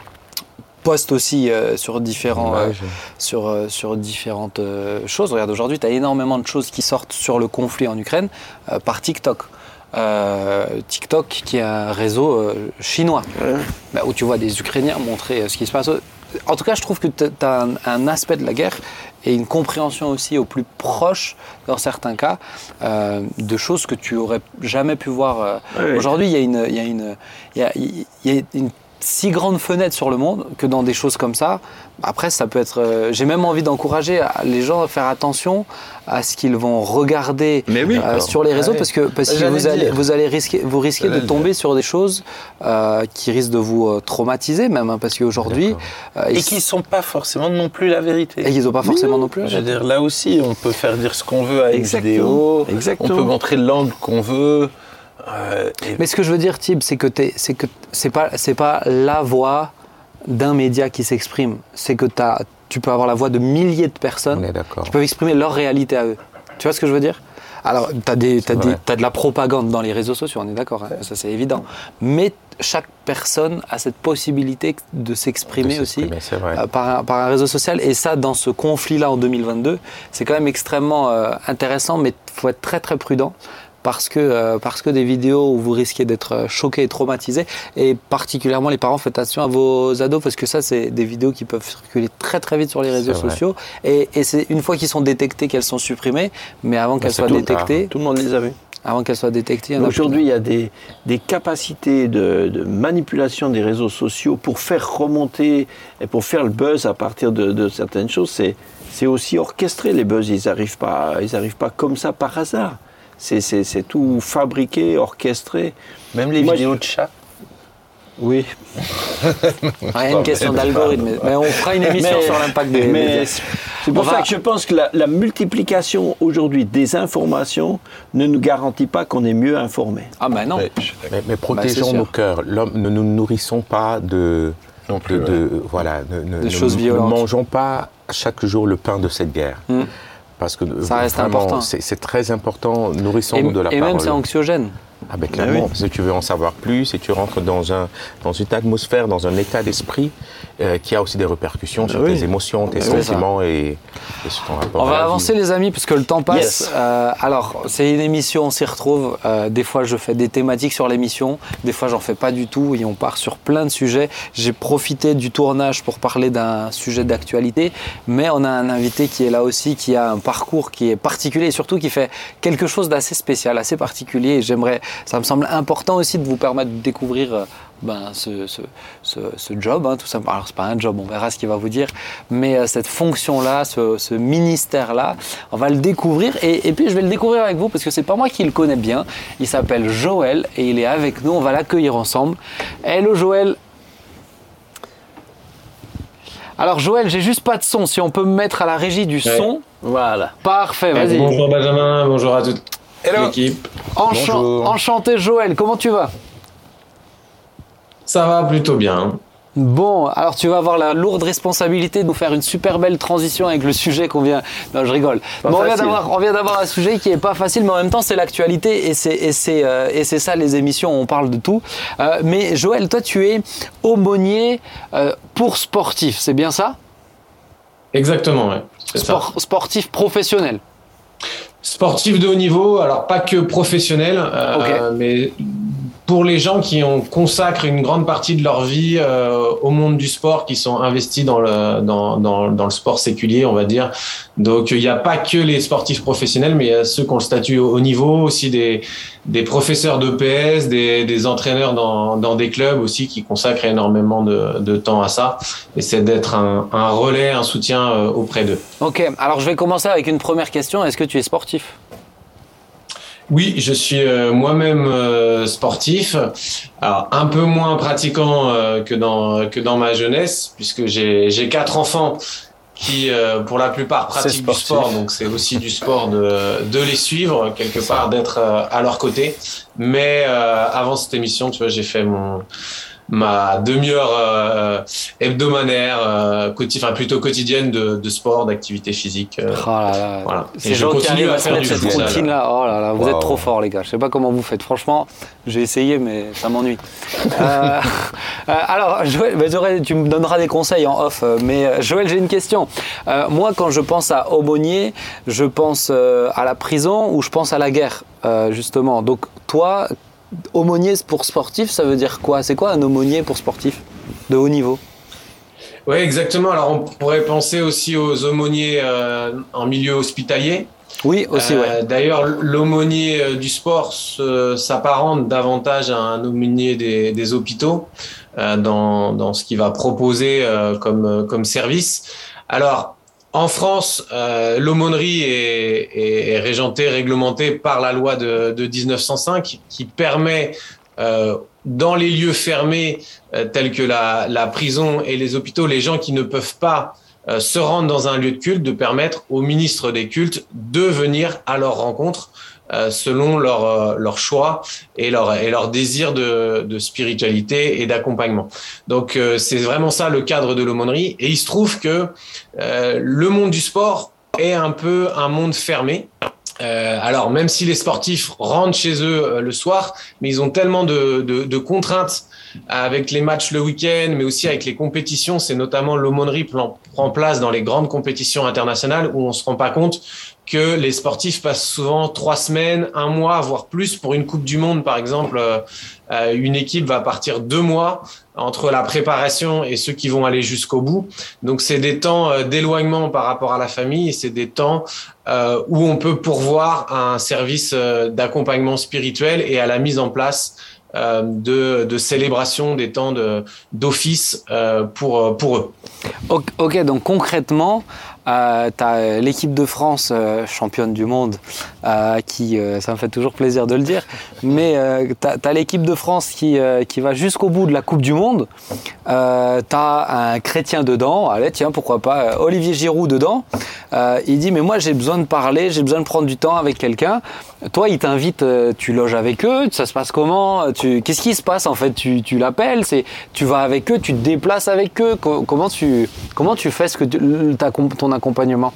poste aussi euh, sur, différents, euh, Dommage. sur, euh, sur différentes euh, choses. Regarde, aujourd'hui, tu as énormément de choses qui sortent sur le conflit en Ukraine euh, par TikTok. Euh, TikTok, qui est un réseau euh, chinois, bah, où tu vois des Ukrainiens montrer euh, ce qui se passe. En tout cas, je trouve que tu as un, un aspect de la guerre et une compréhension aussi au plus proche, dans certains cas, euh, de choses que tu aurais jamais pu voir. euh. Oui. Aujourd'hui, il y a une, il y a une, il y a, il y a une si grande fenêtre sur le monde que dans des choses comme ça, après, ça peut être. euh, j'ai même envie d'encourager à- les gens à faire attention à ce qu'ils vont regarder Mais oui. euh, sur les réseaux, Ah oui. parce que, parce que J'allais vous, allez, dire. vous allez risquer, vous risquez de J'allais tomber sur des choses euh, qui risquent de vous euh, traumatiser même, hein, parce qu'aujourd'hui, euh, Et ils- qui ne sont pas forcément non plus la vérité. et ils n'ont pas forcément non plus. Je veux dire, là aussi, on peut faire dire ce qu'on veut à une Exactement. vidéo. Exactement. On peut montrer l'angle qu'on veut. euh, et- Mais ce que je veux dire, Thib, c'est que t'es- c'est que c'est pas c'est pas la voix d'un média qui s'exprime. C'est que t'as, tu peux avoir la voix de milliers de On personnes est d'accord. qui peuvent exprimer leur réalité à eux. Tu vois ce que je veux dire? Alors, tu as, des, t'as des, vrai. t'as de la propagande dans les réseaux sociaux, on est d'accord, hein, ça c'est évident. Mais chaque personne a cette possibilité de s'exprimer De aussi s'exprimer, c'est vrai. euh, par, un, par un réseau social. Et ça, dans ce conflit-là en deux mille vingt-deux, c'est quand même extrêmement euh, intéressant, mais il faut être très très prudent. Parce que, euh, parce que des vidéos où vous risquez d'être euh, choqué et traumatisé, et particulièrement les parents, faites attention à vos ados, parce que ça, c'est des vidéos qui peuvent circuler très très vite sur les réseaux C'est vrai. sociaux, et, et c'est une fois qu'ils sont détectés qu'elles sont supprimées, mais avant qu'elles c'est soient tout détectées, Tout le monde les a vus. avant qu'elles soient détectées, il y en a Aujourd'hui, il y a des, des capacités de, de manipulation des réseaux sociaux pour faire remonter et pour faire le buzz à partir de, de certaines choses. C'est, c'est aussi orchestré, les buzz. Ils n'arrivent pas, ils arrivent pas comme ça par hasard. C'est, c'est, c'est tout fabriqué, orchestré. Même les Moi, vidéos je- de chats. Oui. Ouais, une question d'algorithme. Mais on fera une émission Mais- sur l'impact des Mais médias. c'est c'est pour On ça va- que je pense que la, la multiplication aujourd'hui des informations ne nous garantit pas qu'on est mieux informé. Ah ben non. Ouais, je suis d'accord. Mais, mais c'est protégeons sûr. nos cœurs. L'homme, ne nous nourrissons pas de, Non plus, de, de- voilà, ne, ne- Des ne- choses ne violentes. mangeons pas chaque jour le pain de cette guerre. Mm. Parce que euh, Ça reste vraiment, important. c'est, c'est très important. Nourrissons-nous Et, de la et parole. même c'est anxiogène. Ah ben clairement, oui. si tu veux en savoir plus, si tu rentres dans, un, dans une atmosphère, dans un état d'esprit euh, qui a aussi des répercussions sur oui. tes émotions, tes C'est ça. sentiments et, et sur ton rapport On à va la avancer vie. les amis parce que le temps passe. Yes. Euh, alors c'est une émission, on s'y retrouve. Euh, des fois je fais des thématiques sur l'émission, des fois j'en fais pas du tout et on part sur plein de sujets. J'ai profité du tournage pour parler d'un sujet d'actualité, mais on a un invité qui est là aussi, qui a un parcours qui est particulier et surtout qui fait quelque chose d'assez spécial, assez particulier. Et j'aimerais, ça me semble important aussi de vous permettre de découvrir euh, ben, ce, ce, ce, ce job, hein, tout simplement. Alors c'est pas un job, on verra ce qu'il va vous dire, mais euh, cette fonction-là, ce, ce ministère-là, on va le découvrir et, et puis je vais le découvrir avec vous parce que c'est pas moi qui le connais bien. Il s'appelle Joël et il est avec nous, on va l'accueillir ensemble. Hello Joël. Alors Joël, j'ai juste pas de son, si on peut me mettre à la régie du son. Voilà. Parfait, vas-y. Bonjour Benjamin, bonjour à toute Hello. l'équipe. Enchan- Bonjour. Enchanté Joël, comment tu vas? Ça va plutôt bien. Bon, alors tu vas avoir la lourde responsabilité de nous faire une super belle transition avec le sujet qu'on vient... Non, je rigole. Pas Mais on, vient facile. d'avoir, on vient d'avoir un sujet qui est pas facile, mais en même temps c'est l'actualité et c'est, et c'est, euh, et c'est ça les émissions, on parle de tout. Euh, mais Joël, toi tu es aumônier euh, pour sportifs, c'est bien ça? Exactement, ouais. C'est ça. Sport- Sportif professionnel. Sportif de haut niveau, alors pas que professionnel, euh, Okay. mais pour les gens qui ont consacrent une grande partie de leur vie euh, au monde du sport, qui sont investis dans le dans dans dans le sport séculier, on va dire. Donc il n'y a pas que les sportifs professionnels, mais il y a ceux qui ont le statut haut niveau, aussi des des professeurs d'E P S, des des entraîneurs dans dans des clubs aussi qui consacrent énormément de de temps à ça. Et c'est d'être un un relais, un soutien euh, auprès d'eux. Ok, alors je vais commencer avec une première question. Est-ce que tu es sportif? Oui, je suis euh, moi-même euh, sportif, alors un peu moins pratiquant euh, que dans que dans ma jeunesse, puisque j'ai j'ai quatre enfants qui euh, pour la plupart pratiquent du sport, donc c'est aussi du sport de de les suivre quelque part, d'être euh, à leur côté. Mais euh, avant cette émission, tu vois, j'ai fait mon ma demi-heure euh, hebdomadaire, euh, quoti- enfin plutôt quotidienne de, de sport, d'activité physique. Euh, Oh là là. voilà. Ces Et je gens qui continue arrivent à à se faire mettre du cette futsal. routine là, oh là là, vous Wow. êtes trop forts les gars. Je sais pas comment vous faites. Franchement, j'ai essayé mais ça m'ennuie. euh, euh, alors Joël, bah, j'aurais- tu me donneras des conseils en off. euh, Mais euh, Joël, j'ai une question. Euh, moi, quand je pense à aumônier, je pense euh, à la prison ou je pense à la guerre euh, justement. Donc toi, aumônier pour sportif, ça veut dire quoi? C'est quoi un aumônier pour sportif de haut niveau? Oui, exactement. Alors, on pourrait penser aussi aux aumôniers euh, en milieu hospitalier. Oui, aussi, Euh, ouais. D'ailleurs, l'aumônier euh, du sport se- s'apparente davantage à un aumônier des, des hôpitaux euh, dans, dans ce qu'il va proposer euh, comme, comme service. Alors, en France, euh, l'aumônerie est, est, est régentée, réglementée par la loi de, de dix-neuf cent cinq qui permet euh, dans les lieux fermés euh, tels que la, la prison et les hôpitaux, les gens qui ne peuvent pas euh, se rendre dans un lieu de culte, de permettre aux ministres des cultes de venir à leur rencontre euh, selon leur, euh, leur choix et leur, et leur désir de, de spiritualité et d'accompagnement. Donc euh, c'est vraiment ça le cadre de l'aumônerie. Et il se trouve que euh, le monde du sport est un peu un monde fermé. Euh, alors, même si les sportifs rentrent chez eux euh, le soir, mais ils ont tellement de, de, de contraintes avec les matchs le week-end, mais aussi avec les compétitions. C'est notamment l'aumônerie plan, prend place dans les grandes compétitions internationales où on se rend pas compte que les sportifs passent souvent trois semaines, un mois, voire plus. Pour une Coupe du Monde, par exemple, euh, une équipe va partir deux mois entre la préparation et ceux qui vont aller jusqu'au bout. Donc, c'est des temps euh, d'éloignement par rapport à la famille et c'est des temps euh, où on peut pourvoir à un service euh, d'accompagnement spirituel et à la mise en place euh, de, de célébration des temps de, d'office euh, pour, pour eux. Ok, donc concrètement, euh, tu as l'équipe de France euh, championne du monde, euh, qui, euh, ça me fait toujours plaisir de le dire, mais euh, tu as l'équipe de France qui, euh, qui va jusqu'au bout de la Coupe du Monde. Euh, tu as un chrétien dedans, allez tiens, pourquoi pas, euh, Olivier Giroud dedans. Euh, il dit, mais moi j'ai besoin de parler, j'ai besoin de prendre du temps avec quelqu'un. Toi, il t'invite, euh, tu loges avec eux, ça se passe comment? tu, Qu'est-ce qui se passe en fait? Tu, tu l'appelles, c'est, tu vas avec eux, tu te déplaces avec eux. Co- comment, tu, comment tu fais ce que tu, ta, ton accompagnement?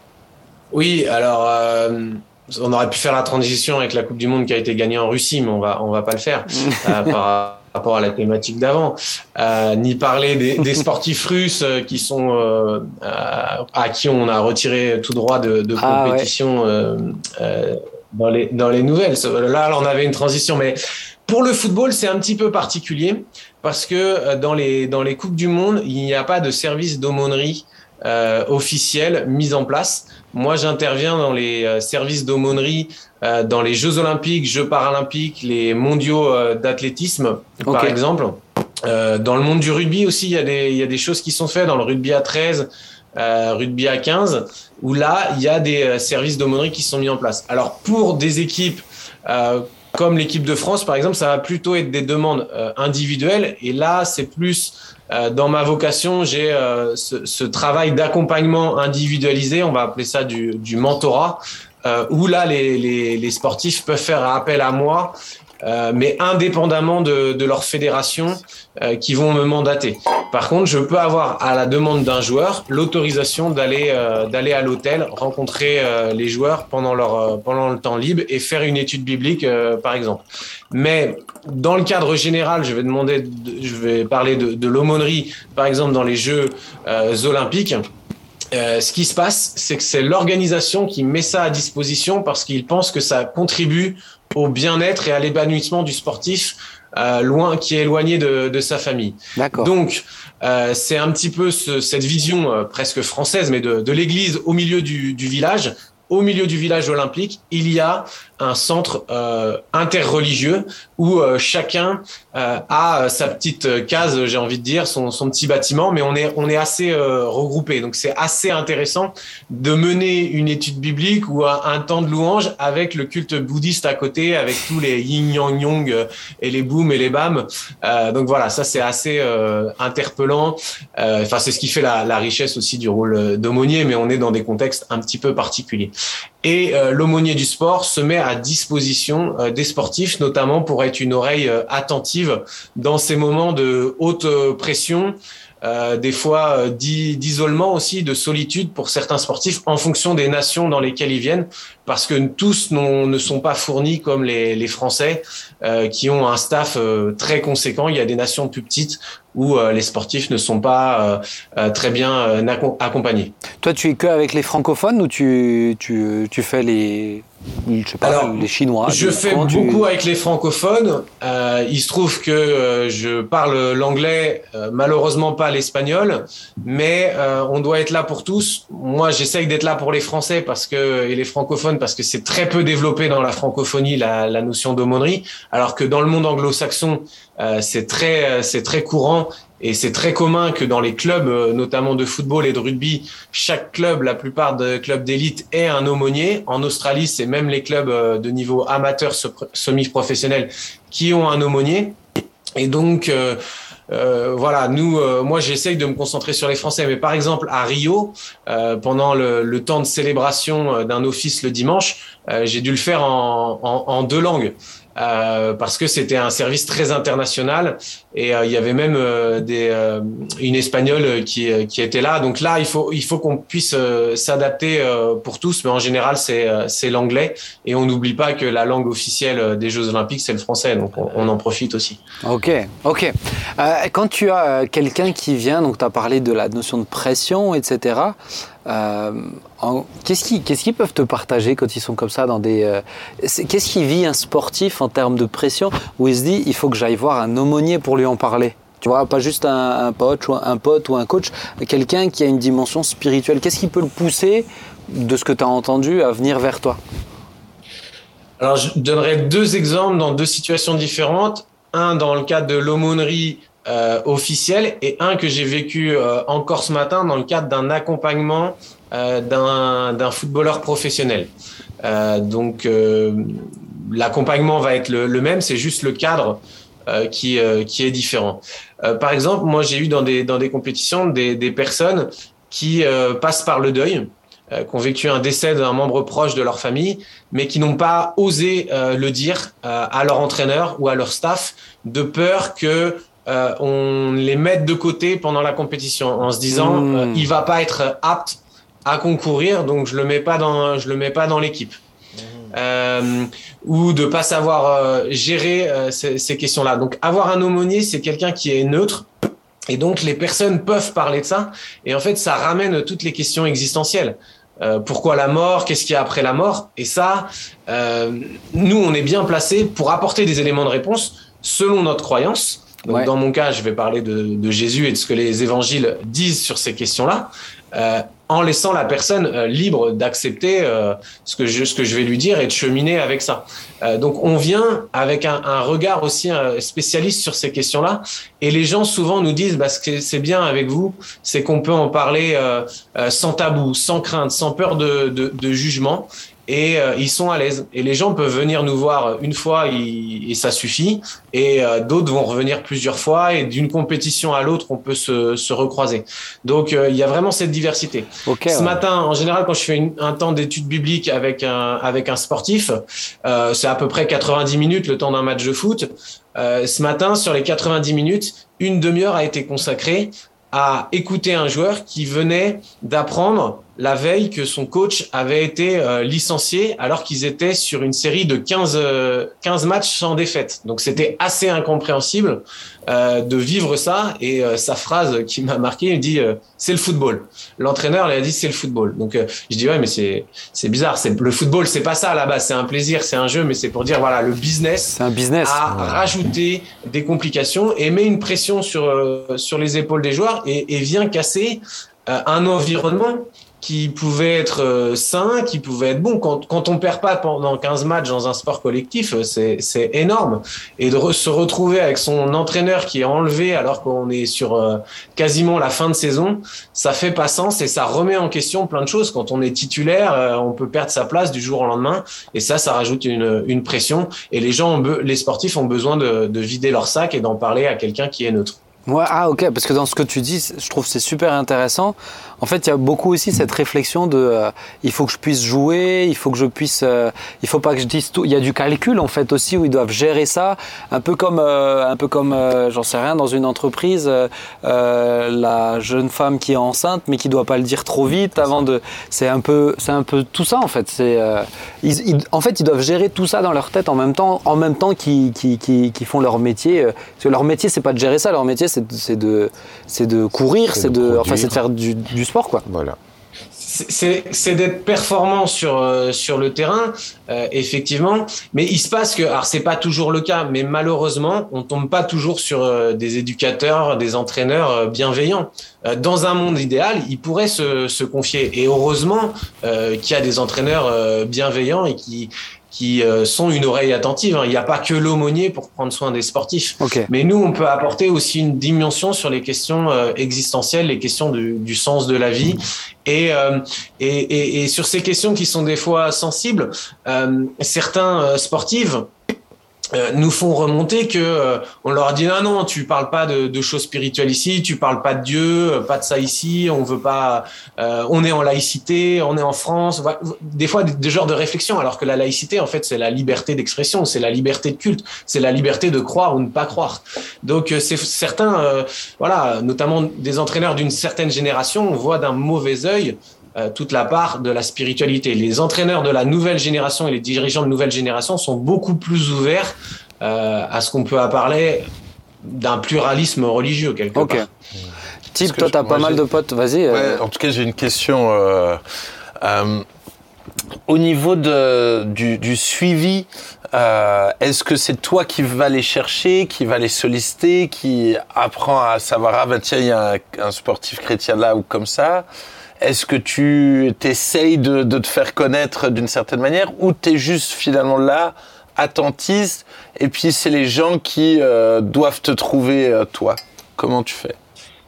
Oui, alors euh, on aurait pu faire la transition avec la Coupe du Monde qui a été gagnée en Russie, mais on va on va pas le faire euh, par rapport à la thématique d'avant. Euh, ni parler des, des sportifs russes euh, qui sont euh, à, à qui on a retiré tout droit de, de Ah, compétition euh, euh, dans les dans les nouvelles. Là, on avait une transition, mais pour le football, c'est un petit peu particulier parce que dans les dans les Coupes du Monde, il n'y a pas de service d'aumônerie Euh, officielle mise en place. Moi, j'interviens dans les euh, services d'aumônerie euh, dans les Jeux Olympiques, Jeux Paralympiques, les mondiaux euh, d'athlétisme, Okay. par exemple. Euh, dans le monde du rugby aussi, il y a des, il y a des choses qui sont faites dans le rugby à treize, euh, rugby à quinze, où là, il y a des euh, services d'aumônerie qui sont mis en place. Alors, pour des équipes euh, comme l'équipe de France, par exemple, ça va plutôt être des demandes euh, individuelles. Et là, c'est plus euh, dans ma vocation, j'ai euh, ce, ce travail d'accompagnement individualisé. On va appeler ça du, du mentorat, euh, où là, les, les, les sportifs peuvent faire appel à moi, euh, mais indépendamment de, de leur fédération euh, qui vont me mandater. Par contre, je peux avoir à la demande d'un joueur l'autorisation d'aller euh, d'aller à l'hôtel, rencontrer euh, les joueurs pendant leur euh, pendant le temps libre et faire une étude biblique, euh, par exemple. Mais dans le cadre général, je vais demander, de, je vais parler de, de l'aumônerie, par exemple dans les Jeux euh, olympiques. Euh, ce qui se passe, c'est que c'est l'organisation qui met ça à disposition parce qu'ils pensent que ça contribue au bien-être et à l'épanouissement du sportif euh, loin, qui est éloigné de, de sa famille. D'accord. Donc, euh, c'est un petit peu ce, cette vision euh, presque française, mais de, de l'église au milieu du, du village. Au milieu du village olympique, il y a un centre euh, interreligieux où euh, chacun euh, a sa petite case, j'ai envie de dire, son, son petit bâtiment, mais on est, on est assez euh, regroupés. Donc c'est assez intéressant de mener une étude biblique ou un, un temps de louange avec le culte bouddhiste à côté, avec tous les yin yang yang et les boum et les bam. Euh, donc voilà, ça c'est assez euh, interpellant. Euh, enfin, c'est ce qui fait la, la richesse aussi du rôle d'aumônier, mais on est dans des contextes un petit peu particuliers. Et euh, l'aumônier du sport se met à disposition euh, des sportifs, notamment pour être une oreille euh, attentive dans ces moments de haute euh, pression, euh, des fois euh, d'isolement aussi, de solitude pour certains sportifs en fonction des nations dans lesquelles ils viennent, parce que tous ne sont pas fournis comme les, les Français euh, qui ont un staff euh, très conséquent. Il y a des nations plus petites où euh, les sportifs ne sont pas euh, euh, très bien euh, accompagnés. Toi, tu es que avec les francophones ou tu, tu, tu fais les, je sais pas, Alors, les Chinois? Je fais beaucoup tu... avec les francophones. Euh, il se trouve que euh, je parle l'anglais, euh, malheureusement pas l'espagnol, mais euh, on doit être là pour tous. Moi, j'essaye d'être là pour les Français parce que, et les francophones parce que c'est très peu développé dans la francophonie, la, la notion d'aumônerie, alors que dans le monde anglo-saxon, euh, c'est très, c'est très courant. Et c'est très commun que dans les clubs, notamment de football et de rugby, chaque club, la plupart des clubs d'élite, ait un aumônier. En Australie, c'est même les clubs de niveau amateur, semi-professionnel, qui ont un aumônier. Et donc, euh, euh, voilà, nous, euh, moi, j'essaye de me concentrer sur les Français. Mais par exemple, à Rio, euh, pendant le, le temps de célébration d'un office le dimanche, euh, j'ai dû le faire en, en, en deux langues. Euh, parce que c'était un service très international et euh, il y avait même euh, des, euh, une espagnole qui, qui était là. Donc là, il faut, il faut qu'on puisse euh, s'adapter euh, pour tous, mais en général, c'est, euh, c'est l'anglais. Et on n'oublie pas que la langue officielle des Jeux Olympiques, c'est le français. Donc on, on en profite aussi. Ok, ok. Euh, quand tu as quelqu'un qui vient, donc tu as parlé de la notion de pression, et cetera. Euh, en, qu'est-ce, qui, qu'est-ce qu'ils peuvent te partager quand ils sont comme ça dans des, euh, qu'est-ce qui vit un sportif en termes de pression où il se dit il faut que j'aille voir un aumônier pour lui en parler, tu vois, pas juste un, un pote ou un, un pote ou un coach, quelqu'un qui a une dimension spirituelle. Qu'est-ce qui peut le pousser, de ce que tu as entendu, à venir vers toi? Alors je donnerai deux exemples dans deux situations différentes. Un dans le cadre de l'aumônerie Euh, officiel et un que j'ai vécu euh, encore ce matin dans le cadre d'un accompagnement euh, d'un, d'un footballeur professionnel. Euh, donc euh, l'accompagnement va être le, le même, c'est juste le cadre euh, qui, euh, qui est différent. Euh, par exemple, moi j'ai eu dans des, dans des compétitions des, des personnes qui euh, passent par le deuil, euh, qui ont vécu un décès d'un membre proche de leur famille, mais qui n'ont pas osé euh, le dire euh, à leur entraîneur ou à leur staff, de peur que Euh, on les met de côté pendant la compétition en se disant mmh. euh, il va pas être apte à concourir, donc je le mets pas dans je le mets pas dans l'équipe. Mmh. Euh, ou de pas savoir euh, gérer euh, ces, ces questions-là. Donc avoir un aumônier, c'est quelqu'un qui est neutre et donc les personnes peuvent parler de ça et en fait ça ramène toutes les questions existentielles. Euh, pourquoi la mort? Qu'est-ce qu'il y a après la mort? Et ça, euh, nous on est bien placés pour apporter des éléments de réponse selon notre croyance. Donc, ouais. Dans mon cas, je vais parler de, de Jésus et de ce que les évangiles disent sur ces questions-là, euh, en laissant la personne euh, libre d'accepter euh, ce que je, ce que je vais lui dire et de cheminer avec ça. Euh, donc, on vient avec un, un regard aussi euh, spécialiste sur ces questions-là. Et les gens souvent nous disent, bah, ce que c'est bien avec vous, c'est qu'on peut en parler euh, euh, sans tabou, sans crainte, sans peur de, de, de jugement. Et euh, ils sont à l'aise. Et les gens peuvent venir nous voir une fois et, et ça suffit. Et euh, d'autres vont revenir plusieurs fois. Et d'une compétition à l'autre, on peut se, se recroiser. Donc, euh, il y a vraiment cette diversité. Okay, Ce ouais. matin, en général, quand je fais une, un temps d'études bibliques avec un, avec un sportif, euh, c'est à peu près quatre-vingt-dix minutes, le temps d'un match de foot. Euh, ce matin, sur les quatre-vingt-dix minutes, une demi-heure a été consacrée à écouter un joueur qui venait d'apprendre la veille que son coach avait été euh, licencié alors qu'ils étaient sur une série de quinze, euh, quinze matchs sans défaite. Donc c'était assez incompréhensible euh, de vivre ça. Et euh, sa phrase qui m'a marqué, il dit euh, « c'est le football ». L'entraîneur lui a dit « c'est le football ». Donc euh, je dis « ouais, mais c'est, c'est bizarre. C'est, le football, c'est pas ça à la base. C'est un plaisir, c'est un jeu, mais c'est pour dire voilà, le business, c'est un business. a ouais. rajouté des complications et met une pression sur, euh, sur les épaules des joueurs et, et vient casser euh, un environnement qui pouvait être euh, sain, qui pouvait être bon. Quand, quand on perd pas pendant quinze matchs dans un sport collectif, c'est, c'est énorme. Et de re- se retrouver avec son entraîneur qui est enlevé alors qu'on est sur euh, quasiment la fin de saison, ça fait pas sens et ça remet en question plein de choses. Quand on est titulaire, euh, on peut perdre sa place du jour au lendemain et ça, ça rajoute une, une pression. Et les gens, ont be- les sportifs ont besoin de, de vider leur sac et d'en parler à quelqu'un qui est neutre. Ouais, ah ok, parce que dans ce que tu dis, je trouve que c'est super intéressant. En fait, il y a beaucoup aussi cette réflexion de euh, il faut que je puisse jouer, il faut que je puisse, euh, il faut pas que je dise tout. Il y a du calcul en fait aussi où ils doivent gérer ça, un peu comme, euh, un peu comme, euh, j'en sais rien, dans une entreprise, euh, euh, la jeune femme qui est enceinte mais qui doit pas le dire trop vite avant de. C'est un peu, c'est un peu tout ça en fait. C'est, euh, ils, ils, en fait, ils doivent gérer tout ça dans leur tête en même temps, en même temps qu'ils, qu'ils, qu'ils, qu'ils font leur métier. Parce que leur métier, c'est pas de gérer ça, leur métier, c'est de, c'est de, c'est de courir, c'est, c'est de, de enfin, c'est de faire du, du sport, quoi. Voilà. C'est, c'est d'être performant sur euh, sur le terrain, euh, effectivement. Mais il se passe que, alors c'est pas toujours le cas, mais malheureusement, on tombe pas toujours sur euh, des éducateurs, des entraîneurs euh, bienveillants. Euh, dans un monde idéal, ils pourraient se se confier. Et heureusement euh, qu'il y a des entraîneurs euh, bienveillants et qui qui euh, sont une oreille attentive. Il n'y a pas que l'aumônier pour prendre soin des sportifs. Okay. Mais nous, on peut apporter aussi une dimension sur les questions euh, existentielles, les questions du, du sens de la vie. Et, euh, et, et, et sur ces questions qui sont des fois sensibles, euh, certains euh, sportifs Euh, nous font remonter que euh, on leur dit non non tu parles pas de, de choses spirituelles ici, tu parles pas de Dieu, pas de ça ici, on veut pas, euh, on est en laïcité, on est en France, voilà. Des fois des, des genres de réflexions alors que la laïcité en fait c'est la liberté d'expression, c'est la liberté de culte, c'est la liberté de croire ou ne pas croire. Donc euh, c'est certains euh, voilà notamment des entraîneurs d'une certaine génération on voit d'un mauvais œil Euh, toute la part de la spiritualité. Les entraîneurs de la nouvelle génération et les dirigeants de nouvelle génération sont beaucoup plus ouverts euh, à ce qu'on peut parler d'un pluralisme religieux quelque okay. part. Type, toi, t'as pas mal de potes, vas-y. Ouais, euh... En tout cas, j'ai une question. Euh, euh, au niveau de, du, du suivi, euh, est-ce que c'est toi qui vas les chercher, qui va les solliciter, qui apprend à savoir, ah ben tiens, il y a un, un sportif chrétien là ou comme ça? Est-ce que tu t'essayes de, de te faire connaître d'une certaine manière ou t'es juste finalement là, attentiste, et puis c'est les gens qui euh, doivent te trouver euh, toi? Comment tu fais?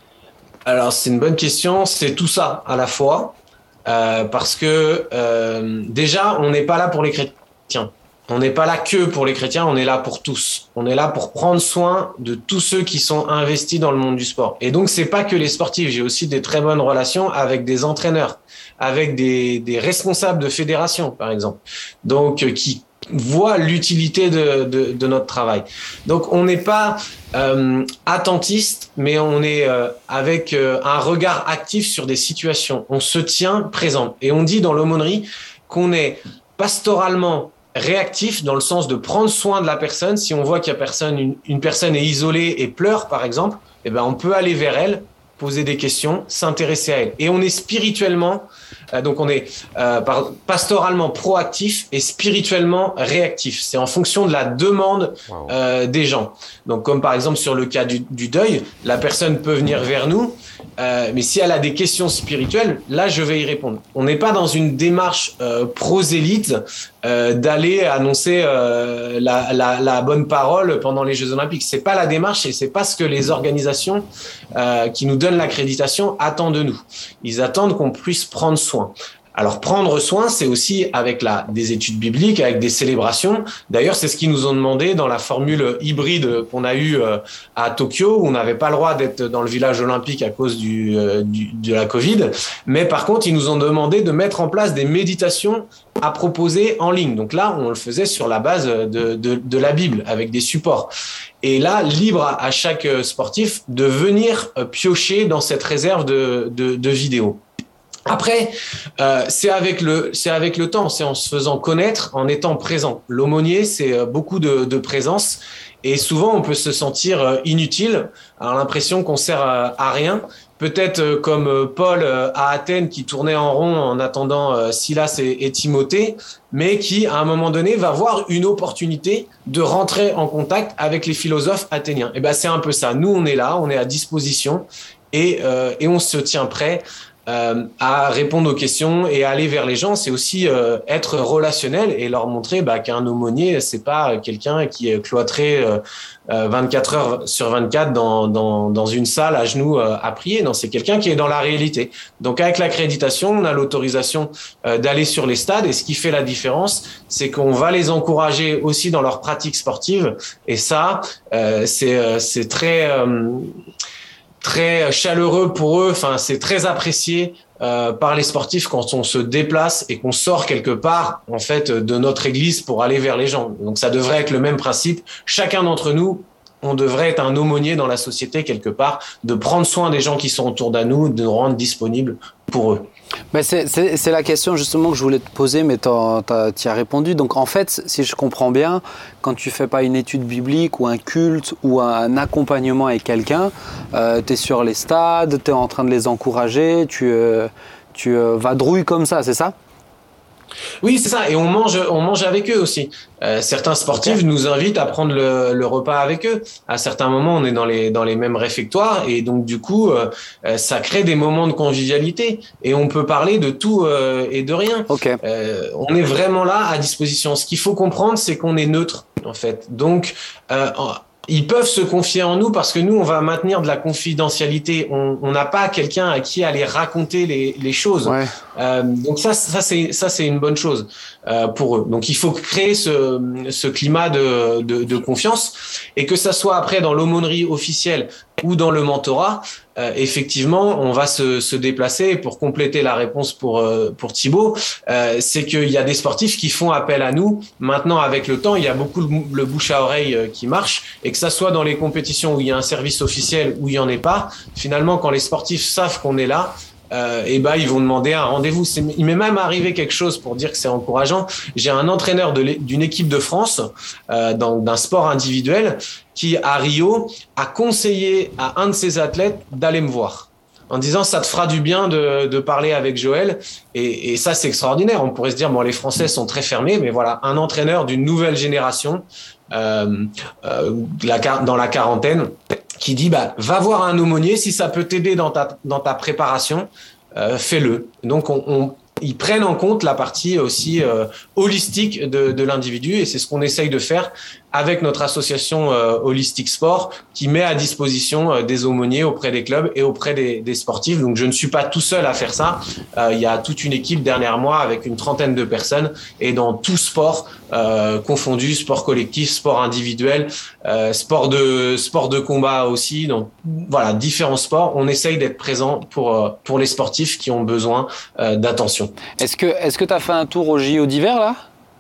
Alors c'est une bonne question, c'est tout ça à la fois, euh, parce que euh, déjà on n'est pas là pour les chrétiens. On n'est pas là que pour les chrétiens, on est là pour tous. On est là pour prendre soin de tous ceux qui sont investis dans le monde du sport. Et donc, c'est pas que les sportifs. J'ai aussi des très bonnes relations avec des entraîneurs, avec des, des responsables de fédérations, par exemple. Donc, euh, qui voient l'utilité de, de, de notre travail. Donc, on n'est pas euh, attentiste, mais on est euh, avec euh, un regard actif sur des situations. On se tient présent. Et on dit dans l'aumônerie qu'on est pastoralement réactif dans le sens de prendre soin de la personne. Si on voit qu'il y a personne, une, une personne est isolée et pleure, par exemple, eh ben, on peut aller vers elle, poser des questions, s'intéresser à elle. Et on est spirituellement, euh, donc on est euh, par, pastoralement proactif et spirituellement réactif. C'est en fonction de la demande euh, des gens. Donc comme par exemple sur le cas du, du deuil, la personne peut venir vers nous, euh, mais si elle a des questions spirituelles, là je vais y répondre. On n'est pas dans une démarche euh, prosélyte euh, d'aller annoncer euh, la, la, la bonne parole pendant les Jeux Olympiques. C'est pas la démarche et c'est pas ce que les organisations euh, qui nous donnent l'accréditation attendent de nous. Ils attendent qu'on puisse prendre soin. Alors prendre soin, c'est aussi avec la, des études bibliques, avec des célébrations. D'ailleurs, c'est ce qu'ils nous ont demandé dans la formule hybride qu'on a eue euh, à Tokyo, où on n'avait pas le droit d'être dans le village olympique à cause du, euh, du, de la Covid. Mais par contre, ils nous ont demandé de mettre en place des méditations à proposer en ligne. Donc là, on le faisait sur la base de, de, de la Bible, avec des supports. Et là, libre à, à chaque sportif de venir piocher dans cette réserve de, de, de vidéos. Après, euh, c'est avec le, c'est avec le temps, c'est en se faisant connaître, en étant présent. L'aumônier, c'est beaucoup de, de présence, et souvent on peut se sentir inutile, avoir l'impression qu'on sert à, à rien. Peut-être comme Paul à Athènes qui tournait en rond en attendant Silas et, et Timothée, mais qui à un moment donné va voir une opportunité de rentrer en contact avec les philosophes athéniens. Et ben c'est un peu ça. Nous on est là, on est à disposition et, euh, et on se tient prêt. Euh, à répondre aux questions et à aller vers les gens, c'est aussi euh, être relationnel et leur montrer bah, qu'un aumônier, c'est pas quelqu'un qui est cloîtré euh, vingt-quatre heures sur vingt-quatre dans, dans, dans une salle à genoux euh, à prier. Non, c'est quelqu'un qui est dans la réalité. Donc avec l'accréditation, on a l'autorisation euh, d'aller sur les stades et ce qui fait la différence, c'est qu'on va les encourager aussi dans leur pratique sportive et ça, euh, c'est, euh, c'est très... Euh, très chaleureux pour eux, enfin c'est très apprécié euh, par les sportifs quand on se déplace et qu'on sort quelque part en fait de notre église pour aller vers les gens. Donc ça devrait être le même principe. Chacun d'entre nous, on devrait être un aumônier dans la société quelque part, de prendre soin des gens qui sont autour de nous, de nous rendre disponibles pour eux. Ben c'est, c'est, c'est la question justement que je voulais te poser, mais tu y as répondu. Donc en fait, si je comprends bien, quand tu fais pas une étude biblique ou un culte ou un accompagnement avec quelqu'un, euh, tu es sur les stades, tu es en train de les encourager, tu, euh, tu euh, vadrouilles comme ça, c'est ça ? Oui, c'est ça. Et on mange, on mange avec eux aussi. Euh, certains sportifs okay. nous invitent à prendre le, le repas avec eux. À certains moments, on est dans les, dans les mêmes réfectoires et donc du coup, euh, ça crée des moments de convivialité et on peut parler de tout euh, et de rien. Okay. Euh, on est vraiment là à disposition. Ce qu'il faut comprendre, c'est qu'on est neutre en fait. Donc, euh, ils peuvent se confier en nous parce que nous, on va maintenir de la confidentialité. On n'a pas quelqu'un à qui aller raconter les, les choses. Ouais. Euh, donc ça, ça c'est ça c'est une bonne chose euh, pour eux. Donc il faut créer ce, ce climat de, de, de confiance et que ça soit après dans l'aumônerie officielle ou dans le mentorat. Euh, effectivement, on va se, se déplacer pour compléter la réponse pour euh, pour Thibaut. Euh, c'est qu'il y a des sportifs qui font appel à nous. Maintenant, avec le temps, il y a beaucoup le, le bouche à oreille euh, qui marche et que ça soit dans les compétitions où il y a un service officiel ou il y en ait pas. Finalement, quand les sportifs savent qu'on est là, Euh, et ben ils vont demander un rendez-vous. C'est, il m'est même arrivé quelque chose pour dire que c'est encourageant. J'ai un entraîneur de d'une équipe de France euh, dans, d'un sport individuel qui à Rio a conseillé à un de ses athlètes d'aller me voir en disant ça te fera du bien de, de parler avec Joël et, et ça c'est extraordinaire. On pourrait se dire bon les Français sont très fermés, mais voilà un entraîneur d'une nouvelle génération euh, euh, la, dans la quarantaine qui dit bah va voir un aumônier si ça peut t'aider dans ta dans ta préparation, euh, fais-le. Donc on, on ils prennent en compte la partie aussi euh, holistique de, de l'individu et c'est ce qu'on essaye de faire avec notre association euh, Holistic Sport qui met à disposition euh, des aumôniers auprès des clubs et auprès des, des sportifs. Donc je ne suis pas tout seul à faire ça. Euh, il y a toute une équipe derrière moi avec une trentaine de personnes et dans tout sport euh, confondu, sport collectif, sport individuel, euh, sport de sport de combat aussi. Donc voilà, différents sports. On essaye d'être présent pour euh, pour les sportifs qui ont besoin euh, d'attention. Est-ce que est-ce que tu as fait un tour au J O d'hiver là ?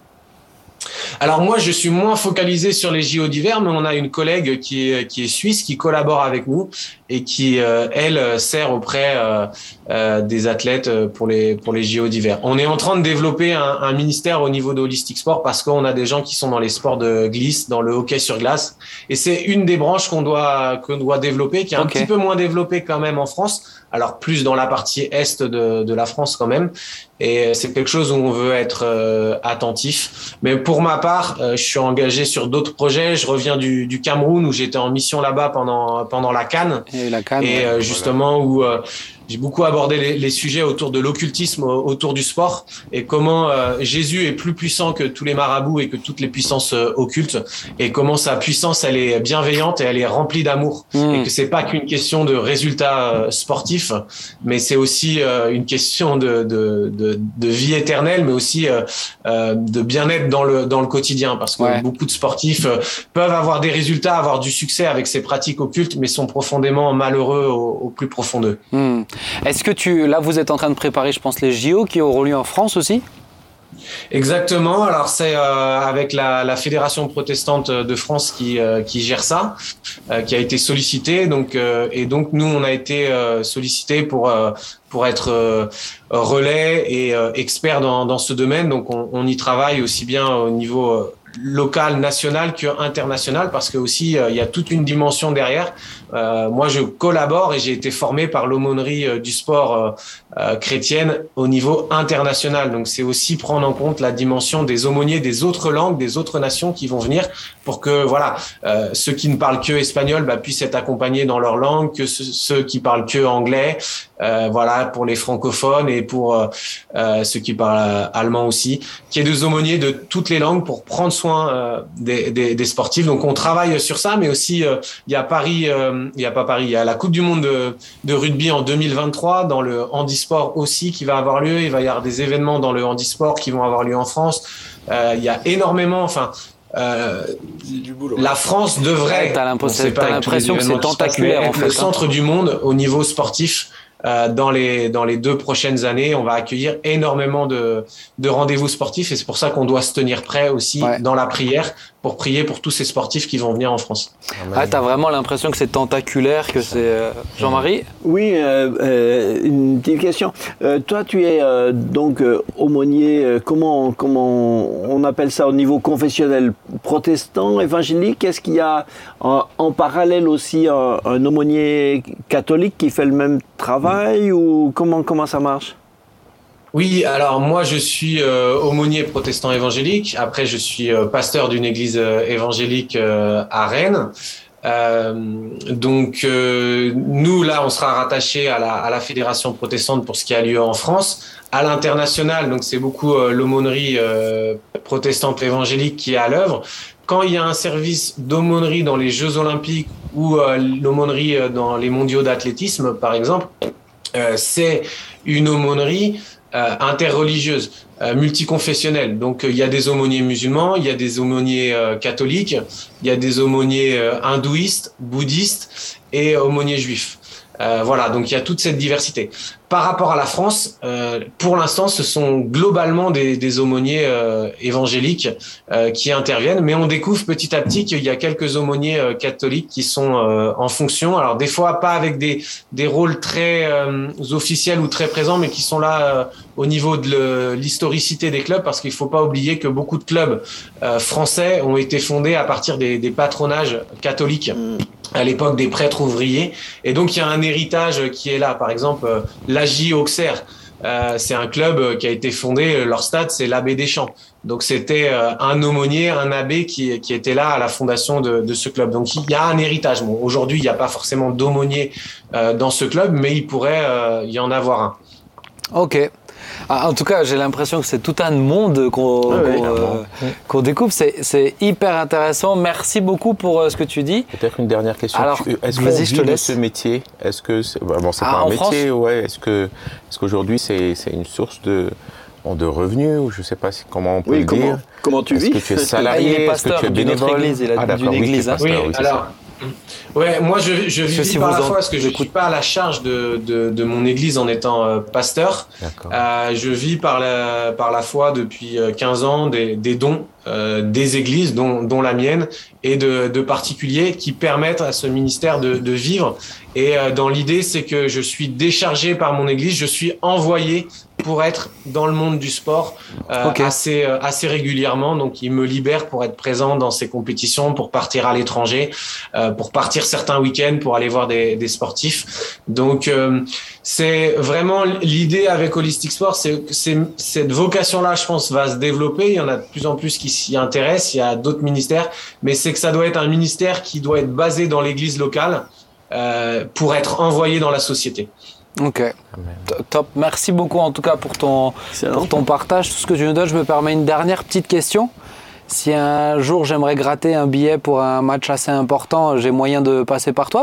Alors moi, je suis moins focalisé sur les J O d'hiver, mais on a une collègue qui est, qui est suisse, qui collabore avec nous et qui, euh, elle, sert auprès euh, euh, des athlètes pour les, pour les J O d'hiver. On est en train de développer un, un ministère au niveau de Holistic Sport parce qu'on a des gens qui sont dans les sports de glisse, dans le hockey sur glace. Et c'est une des branches qu'on doit, qu'on doit développer, qui est un okay. petit peu moins développée quand même en France. Alors plus dans la partie est de, de la France quand même. Et c'est quelque chose où on veut être euh, attentif. Mais pour ma part, euh, je suis engagé sur d'autres projets. Je reviens du, du Cameroun où j'étais en mission là-bas pendant, pendant la CAN. Et la CAN, et euh, justement voilà. où... Euh, j'ai beaucoup abordé les, les sujets autour de l'occultisme, autour du sport et comment euh, Jésus est plus puissant que tous les marabouts et que toutes les puissances euh, occultes et comment sa puissance elle est bienveillante et elle est remplie d'amour mmh. et que c'est pas qu'une question de résultats euh, sportifs mais c'est aussi euh, une question de, de, de, de vie éternelle mais aussi euh, euh, de bien-être dans le, dans le quotidien parce que ouais. beaucoup de sportifs euh, peuvent avoir des résultats, avoir du succès avec ces pratiques occultes mais sont profondément malheureux au, au plus profond d'eux. Mmh. Est-ce que tu, là vous êtes en train de préparer je pense les J O qui auront lieu en France aussi ? Exactement. Alors c'est euh, avec la, la Fédération protestante de France qui, euh, qui gère ça, euh, qui a été sollicitée. Donc euh, et donc nous on a été euh, sollicité pour euh, pour être euh, relais et euh, expert dans dans ce domaine. Donc on, on y travaille aussi bien au niveau euh, local, national que international, parce que aussi euh, il y a toute une dimension derrière. Euh, moi, je collabore et j'ai été formé par l'aumônerie euh, du sport euh, euh, chrétienne au niveau international. Donc, c'est aussi prendre en compte la dimension des aumôniers des autres langues, des autres nations qui vont venir, pour que voilà, euh, ceux qui ne parlent que espagnol bah, puissent être accompagnés dans leur langue, que ce, ceux qui parlent que anglais, euh, voilà, pour les francophones et pour euh, euh, ceux qui parlent euh, allemand aussi, qu'il y ait des aumôniers de toutes les langues pour prendre soin euh, des, des, des sportifs. Donc, on travaille sur ça, mais aussi euh, il y a Paris. Euh, Il n'y a pas Paris, il y a la Coupe du Monde de, de rugby en deux mille vingt-trois, dans le handisport aussi qui va avoir lieu. Il va y avoir des événements dans le handisport qui vont avoir lieu en France. Euh, il y a énormément, enfin, euh, du boulot. La France devrait. Ouais, t'as l'impression, t'as l'impression que c'est tentaculaire en être fait. Le centre hein. du monde au niveau sportif. Euh, dans les dans les deux prochaines années, on va accueillir énormément de de rendez-vous sportifs et c'est pour ça qu'on doit se tenir prêt aussi ouais. dans la prière pour prier pour tous ces sportifs qui vont venir en France. Ah, t'as vraiment l'impression que c'est tentaculaire, que c'est euh... Jean-Marie ? Oui, euh, euh, une petite question. Euh, toi, tu es euh, donc euh, aumônier. Euh, comment comment on appelle ça au niveau confessionnel, protestant, évangélique? Est-ce qu'il y a en, en parallèle aussi un, un aumônier catholique qui fait le même travail ou comment comment ça marche? Oui, alors moi je suis euh, aumônier protestant évangélique. Après je suis euh, pasteur d'une église euh, évangélique euh, à Rennes. Euh, donc euh, nous là on sera rattaché à la, à la fédération protestante pour ce qui a lieu en France. À l'international, donc c'est beaucoup euh, l'aumônerie euh, protestante évangélique qui est à l'œuvre. Quand il y a un service d'aumônerie dans les Jeux Olympiques ou euh, l'aumônerie dans les mondiaux d'athlétisme par exemple, euh, c'est une aumônerie Euh, interreligieuse, euh, multiconfessionnelle. Donc euh, il y a des aumôniers musulmans, il y a des aumôniers euh, catholiques, il y a des aumôniers euh, hindouistes, bouddhistes et aumôniers juifs. Euh, voilà, donc il y a toute cette diversité. Par rapport à la France, euh, pour l'instant, ce sont globalement des, des aumôniers euh, évangéliques euh, qui interviennent, mais on découvre petit à petit qu'il y a quelques aumôniers euh, catholiques qui sont euh, en fonction. Alors des fois pas avec des des rôles très euh, officiels ou très présents, mais qui sont là euh, au niveau de le, l'historicité des clubs, parce qu'il faut pas oublier que beaucoup de clubs euh, français ont été fondés à partir des, des patronages catholiques. À l'époque des prêtres ouvriers, et donc il y a un héritage qui est là. Par exemple, euh, l'A J Auxerre, euh, c'est un club qui a été fondé, leur stade c'est l'Abbé des Champs. Donc c'était euh, un aumônier, un abbé qui, qui était là à la fondation de, de ce club. Donc il y a un héritage. Bon, aujourd'hui il n'y a pas forcément d'aumônier euh, dans ce club, mais il pourrait euh, y en avoir un. Ok. Ah, en tout cas, j'ai l'impression que c'est tout un monde qu'on, ah oui, qu'on, euh, qu'on découvre. C'est, c'est hyper intéressant. Merci beaucoup pour euh, ce que tu dis. Peut-être une dernière question. Alors, tu, est-ce qu'on vas-y, je te vit de laisse. ce métier? Est-ce que c'est, bon, c'est Ah, pas en un métier, France ouais. Est-ce que, est-ce qu'aujourd'hui c'est, c'est une source de, bon, de revenus, ou je sais pas si, comment on peut Oui, le comment, dire. comment tu Est-ce vis? que tu es Ah, il salarié? est Est-ce que pasteur tu es d'une autre bénévole? église, il a Ah, d'accord, d'une oui, tu es église, hein. pasteur, Oui, oui, c'est alors, ouais, moi je, je vis si par vous la en- foi parce que je ne suis pas à la charge de, de, de mon église en étant euh, pasteur. D'accord. Euh, je vis par la, par la foi depuis euh, quinze ans des, des dons euh, des églises, dont, dont la mienne, et de, de particuliers qui permettent à ce ministère de, de vivre. Et euh, dans l'idée, c'est que je suis déchargé par mon église, je suis envoyé pour être dans le monde du sport euh, Ok. assez, euh, assez régulièrement. Donc, il me libère pour être présent dans ces compétitions, pour partir à l'étranger, euh, pour partir certains week-ends, pour aller voir des, des sportifs. Donc, euh, c'est vraiment l'idée avec Holistic Sport, c'est, c'est cette vocation-là, je pense, va se développer. Il y en a de plus en plus qui s'y intéressent. Il y a d'autres ministères, mais c'est que ça doit être un ministère qui doit être basé dans l'église locale euh, pour être envoyé dans la société. Ok. T- Top. Merci beaucoup en tout cas pour ton, pour ton partage, tout ce que tu nous donnes. Je me permets une dernière petite question. Si un jour j'aimerais gratter un billet pour un match assez important, j'ai moyen de passer par toi ou pas ?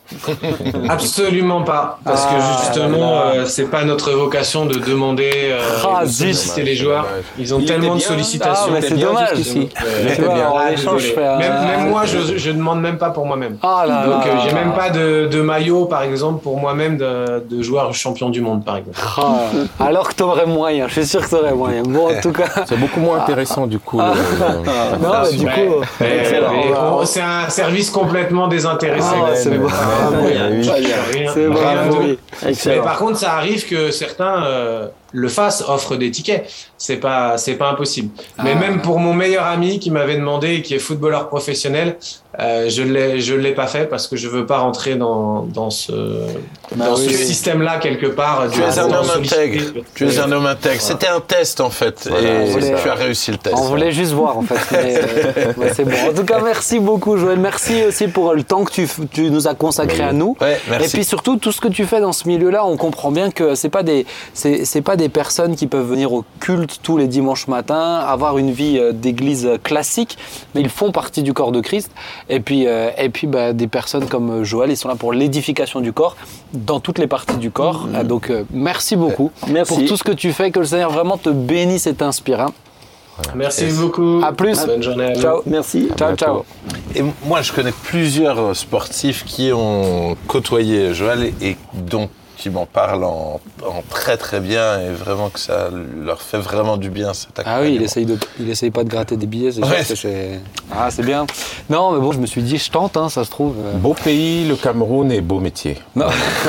Absolument pas, parce Ah, que justement, là, là. euh, c'est pas notre vocation de demander euh, Ah, et de zut. solliciter les joueurs. Ils ont Il tellement était de bien, sollicitations. Ah, mais c'est bien dommage. jusqu'ici. Donc, euh, Tu vois, bien. en ah, échange, je désolé. fais un- même, même moi, je, je demande même pas pour moi-même. Ah là Donc, là. euh, j'ai même pas de, de maillot, par exemple, pour moi-même de, de joueur champion du monde, par exemple. Ah, alors que t'aurais moyen, je suis sûr que t'aurais moyen. Bon, en tout cas. C'est beaucoup moins intéressant du coup. Ah. le- Non, mais du Ouais. coup. Mais- excellent. mais On va- on- c'est un service complètement désintéressé. Ah, c'est mais- bon. Ah, mais- bien, oui. très bien. Rien- C'est bon, rien de- oui. Mais Excellent. par contre, ça arrive que certains euh, le fassent, offrent des tickets. C'est pas, c'est pas impossible. Mais Ah. même pour mon meilleur ami qui m'avait demandé, et qui est footballeur professionnel, euh, je l'ai, je l'ai pas fait parce que je veux pas rentrer dans, dans ce, Bah dans oui. ce système-là quelque part. Tu de- es un de homme solliciter. intègre. Tu es un homme intègre. C'était un test en fait, Voilà, et c'est tu ça. as réussi le test. On voulait juste voir en fait, mais, euh, mais c'est bon. En tout cas, merci beaucoup Joël, merci aussi pour le temps que tu, tu nous as consacré à nous. Ouais, merci. Et puis surtout, tout ce que tu fais dans ce milieu-là, on comprend bien que c'est pas des, c'est, c'est pas des personnes qui peuvent venir au culte tous les dimanches matins, avoir une vie euh, d'église classique, mais ils font partie du corps de Christ. Et puis, euh, et puis bah, des personnes comme Joël, ils sont là pour l'édification du corps, dans toutes les parties du corps. Euh, Donc euh, merci beaucoup Merci. pour tout ce que tu fais, que le Seigneur vraiment te bénisse et t'inspire. hein. Merci Yes. beaucoup. À plus. Bonne journée à vous. Ciao. Merci. Ciao, ciao. Et moi, je connais plusieurs sportifs qui ont côtoyé Joël et dont qui m'en parlent en, en très très bien et vraiment que ça leur fait vraiment du bien cet Ah oui, accompagnement. il essaye, de, il essaye pas de gratter des billets, c'est Ouais. sûr que c'est... Ah, c'est bien. Non, mais bon, je me suis dit, je tente, hein, ça se trouve. euh. Beau pays, le Cameroun et beau métier. Non.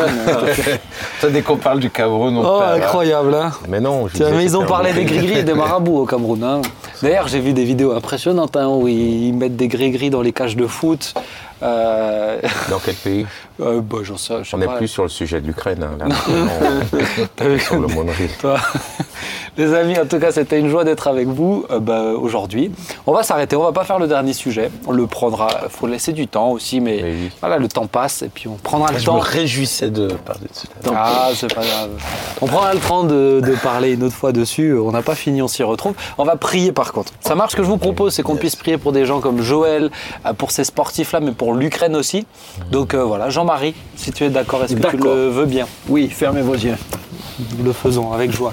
Toi, dès qu'on parle du Cameroun, on Oh, perd, hein. incroyable, hein. Mais non, je Tiens, disais mais que ils ont c'était un parlé beau des pays. gris-gris et des marabouts au Cameroun. hein. D'ailleurs, j'ai vu des vidéos impressionnantes hein, où ils mettent des gris-gris dans les cages de foot. Euh, Dans quel pays? euh, bah, j'en sais, je sais On n'est pas. plus sur le sujet de l'Ukraine. Hein, là, on est sur le Monnerie. Toi. Les amis, en tout cas, c'était une joie d'être avec vous euh, bah, aujourd'hui. On va s'arrêter, on va pas faire le dernier sujet. On le prendra, il faut laisser du temps aussi, mais Mais oui. voilà, le temps passe et puis on prendra le Je temps. me réjouissais de parler de cela. Ah, c'est pas grave. On prendra le temps de, de parler une autre fois dessus. On n'a pas fini, on s'y retrouve. On va prier par contre. Ça marche, ce que je vous propose, c'est qu'on puisse prier pour des gens comme Joël, euh, pour ces sportifs-là, mais pour l'Ukraine aussi. Donc euh, voilà, Jean-Marie, si tu es d'accord, est-ce que tu D'accord. le veux bien? Oui, fermez vos yeux. Nous le faisons avec joie.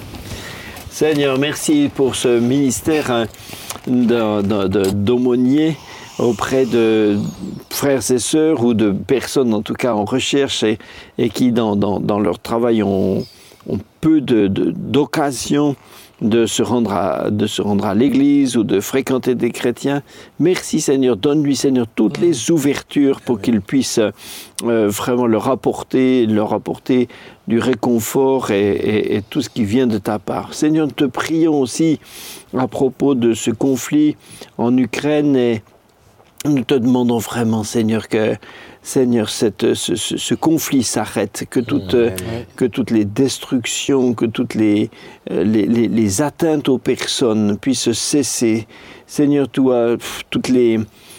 Seigneur, merci pour ce ministère hein, de- de- de- d'aumônier auprès de frères et sœurs ou de personnes en tout cas en recherche et, et qui dans, dans- dans leur travail ont, ont peu de- de- d'occasions de se rendre à, de se rendre à l'église ou de fréquenter des chrétiens. Merci Seigneur, donne-lui Seigneur toutes les ouvertures pour qu'il puisse euh, vraiment leur apporter, leur apporter du réconfort et, et- et tout ce qui vient de ta part. Seigneur, nous te prions aussi à propos de ce conflit en Ukraine et nous te demandons vraiment, Seigneur, que Seigneur, cette, ce, ce- ce conflit s'arrête, que, toute, euh, que toutes les destructions, que toutes les, euh, les, les- les atteintes aux personnes puissent cesser. Seigneur, toi, pff, toutes les,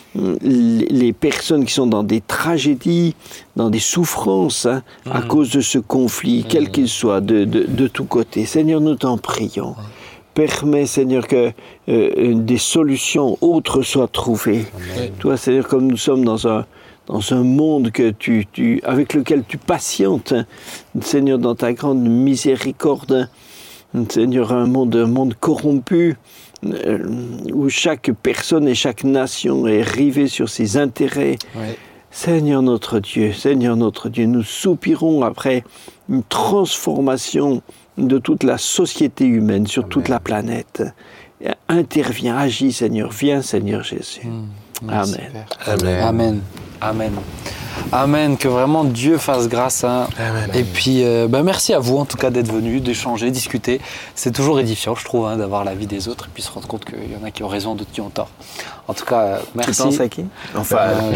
les les personnes qui sont dans des tragédies, dans des souffrances, hein, à cause de ce conflit, quel qu'il soit, de, de, de tous côtés. Seigneur, nous t'en prions. Permets, Seigneur, que euh, des solutions autres soient trouvées. Toi, Seigneur, comme nous sommes dans un, dans un monde que tu, tu, avec lequel tu patientes, hein, Seigneur, dans ta grande miséricorde, hein, Seigneur, un monde, un monde corrompu, euh, où chaque personne et chaque nation est rivée sur ses intérêts. Ouais. Seigneur notre Dieu, Seigneur notre Dieu, nous soupirons après une transformation de toute la société humaine sur toute la planète. Interviens, agis Seigneur, viens Seigneur Jésus. Merci, Amen. Père. Amen. Amen. Amen. Amen. Que vraiment Dieu fasse grâce. hein. Et puis, euh, bah, merci à vous en tout cas d'être venus, d'échanger, discuter. C'est toujours édifiant, je trouve, hein, d'avoir l'avis des autres et puis se rendre compte qu'il y en a qui ont raison, d'autres qui ont tort. En tout cas, euh, merci. Tu penses à qui Enfin, Euh,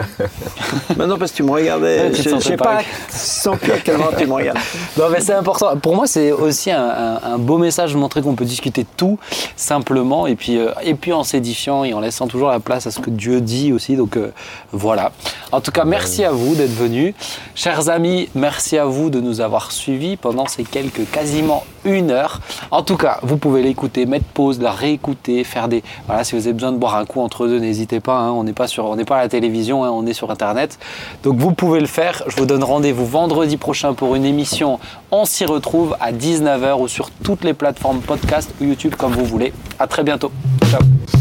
je- maintenant parce que tu me regardais, Ouais, tu te je ne sentais sais pas pas avec- sans plus à quel moment tu me regardes. Non mais c'est important. Pour moi, c'est aussi un, un- un beau message de montrer qu'on peut discuter de tout simplement et puis, euh, et puis en s'édifiant et en laissant toujours la place à ce que Dieu dit aussi. Donc euh, voilà. En tout cas, merci merci à vous d'être venus. Chers amis, merci à vous de nous avoir suivis pendant ces quelques quasiment une heure. En tout cas, vous pouvez l'écouter, mettre pause, la réécouter, faire des... Voilà, si vous avez besoin de boire un coup entre deux, n'hésitez pas. Hein, on n'est pas sur, on n'est pas à la télévision, hein, on est sur Internet. Donc vous pouvez le faire. Je vous donne rendez-vous vendredi prochain pour une émission. On s'y retrouve à dix-neuf heures ou sur toutes les plateformes podcast ou YouTube comme vous voulez. À très bientôt. Ciao.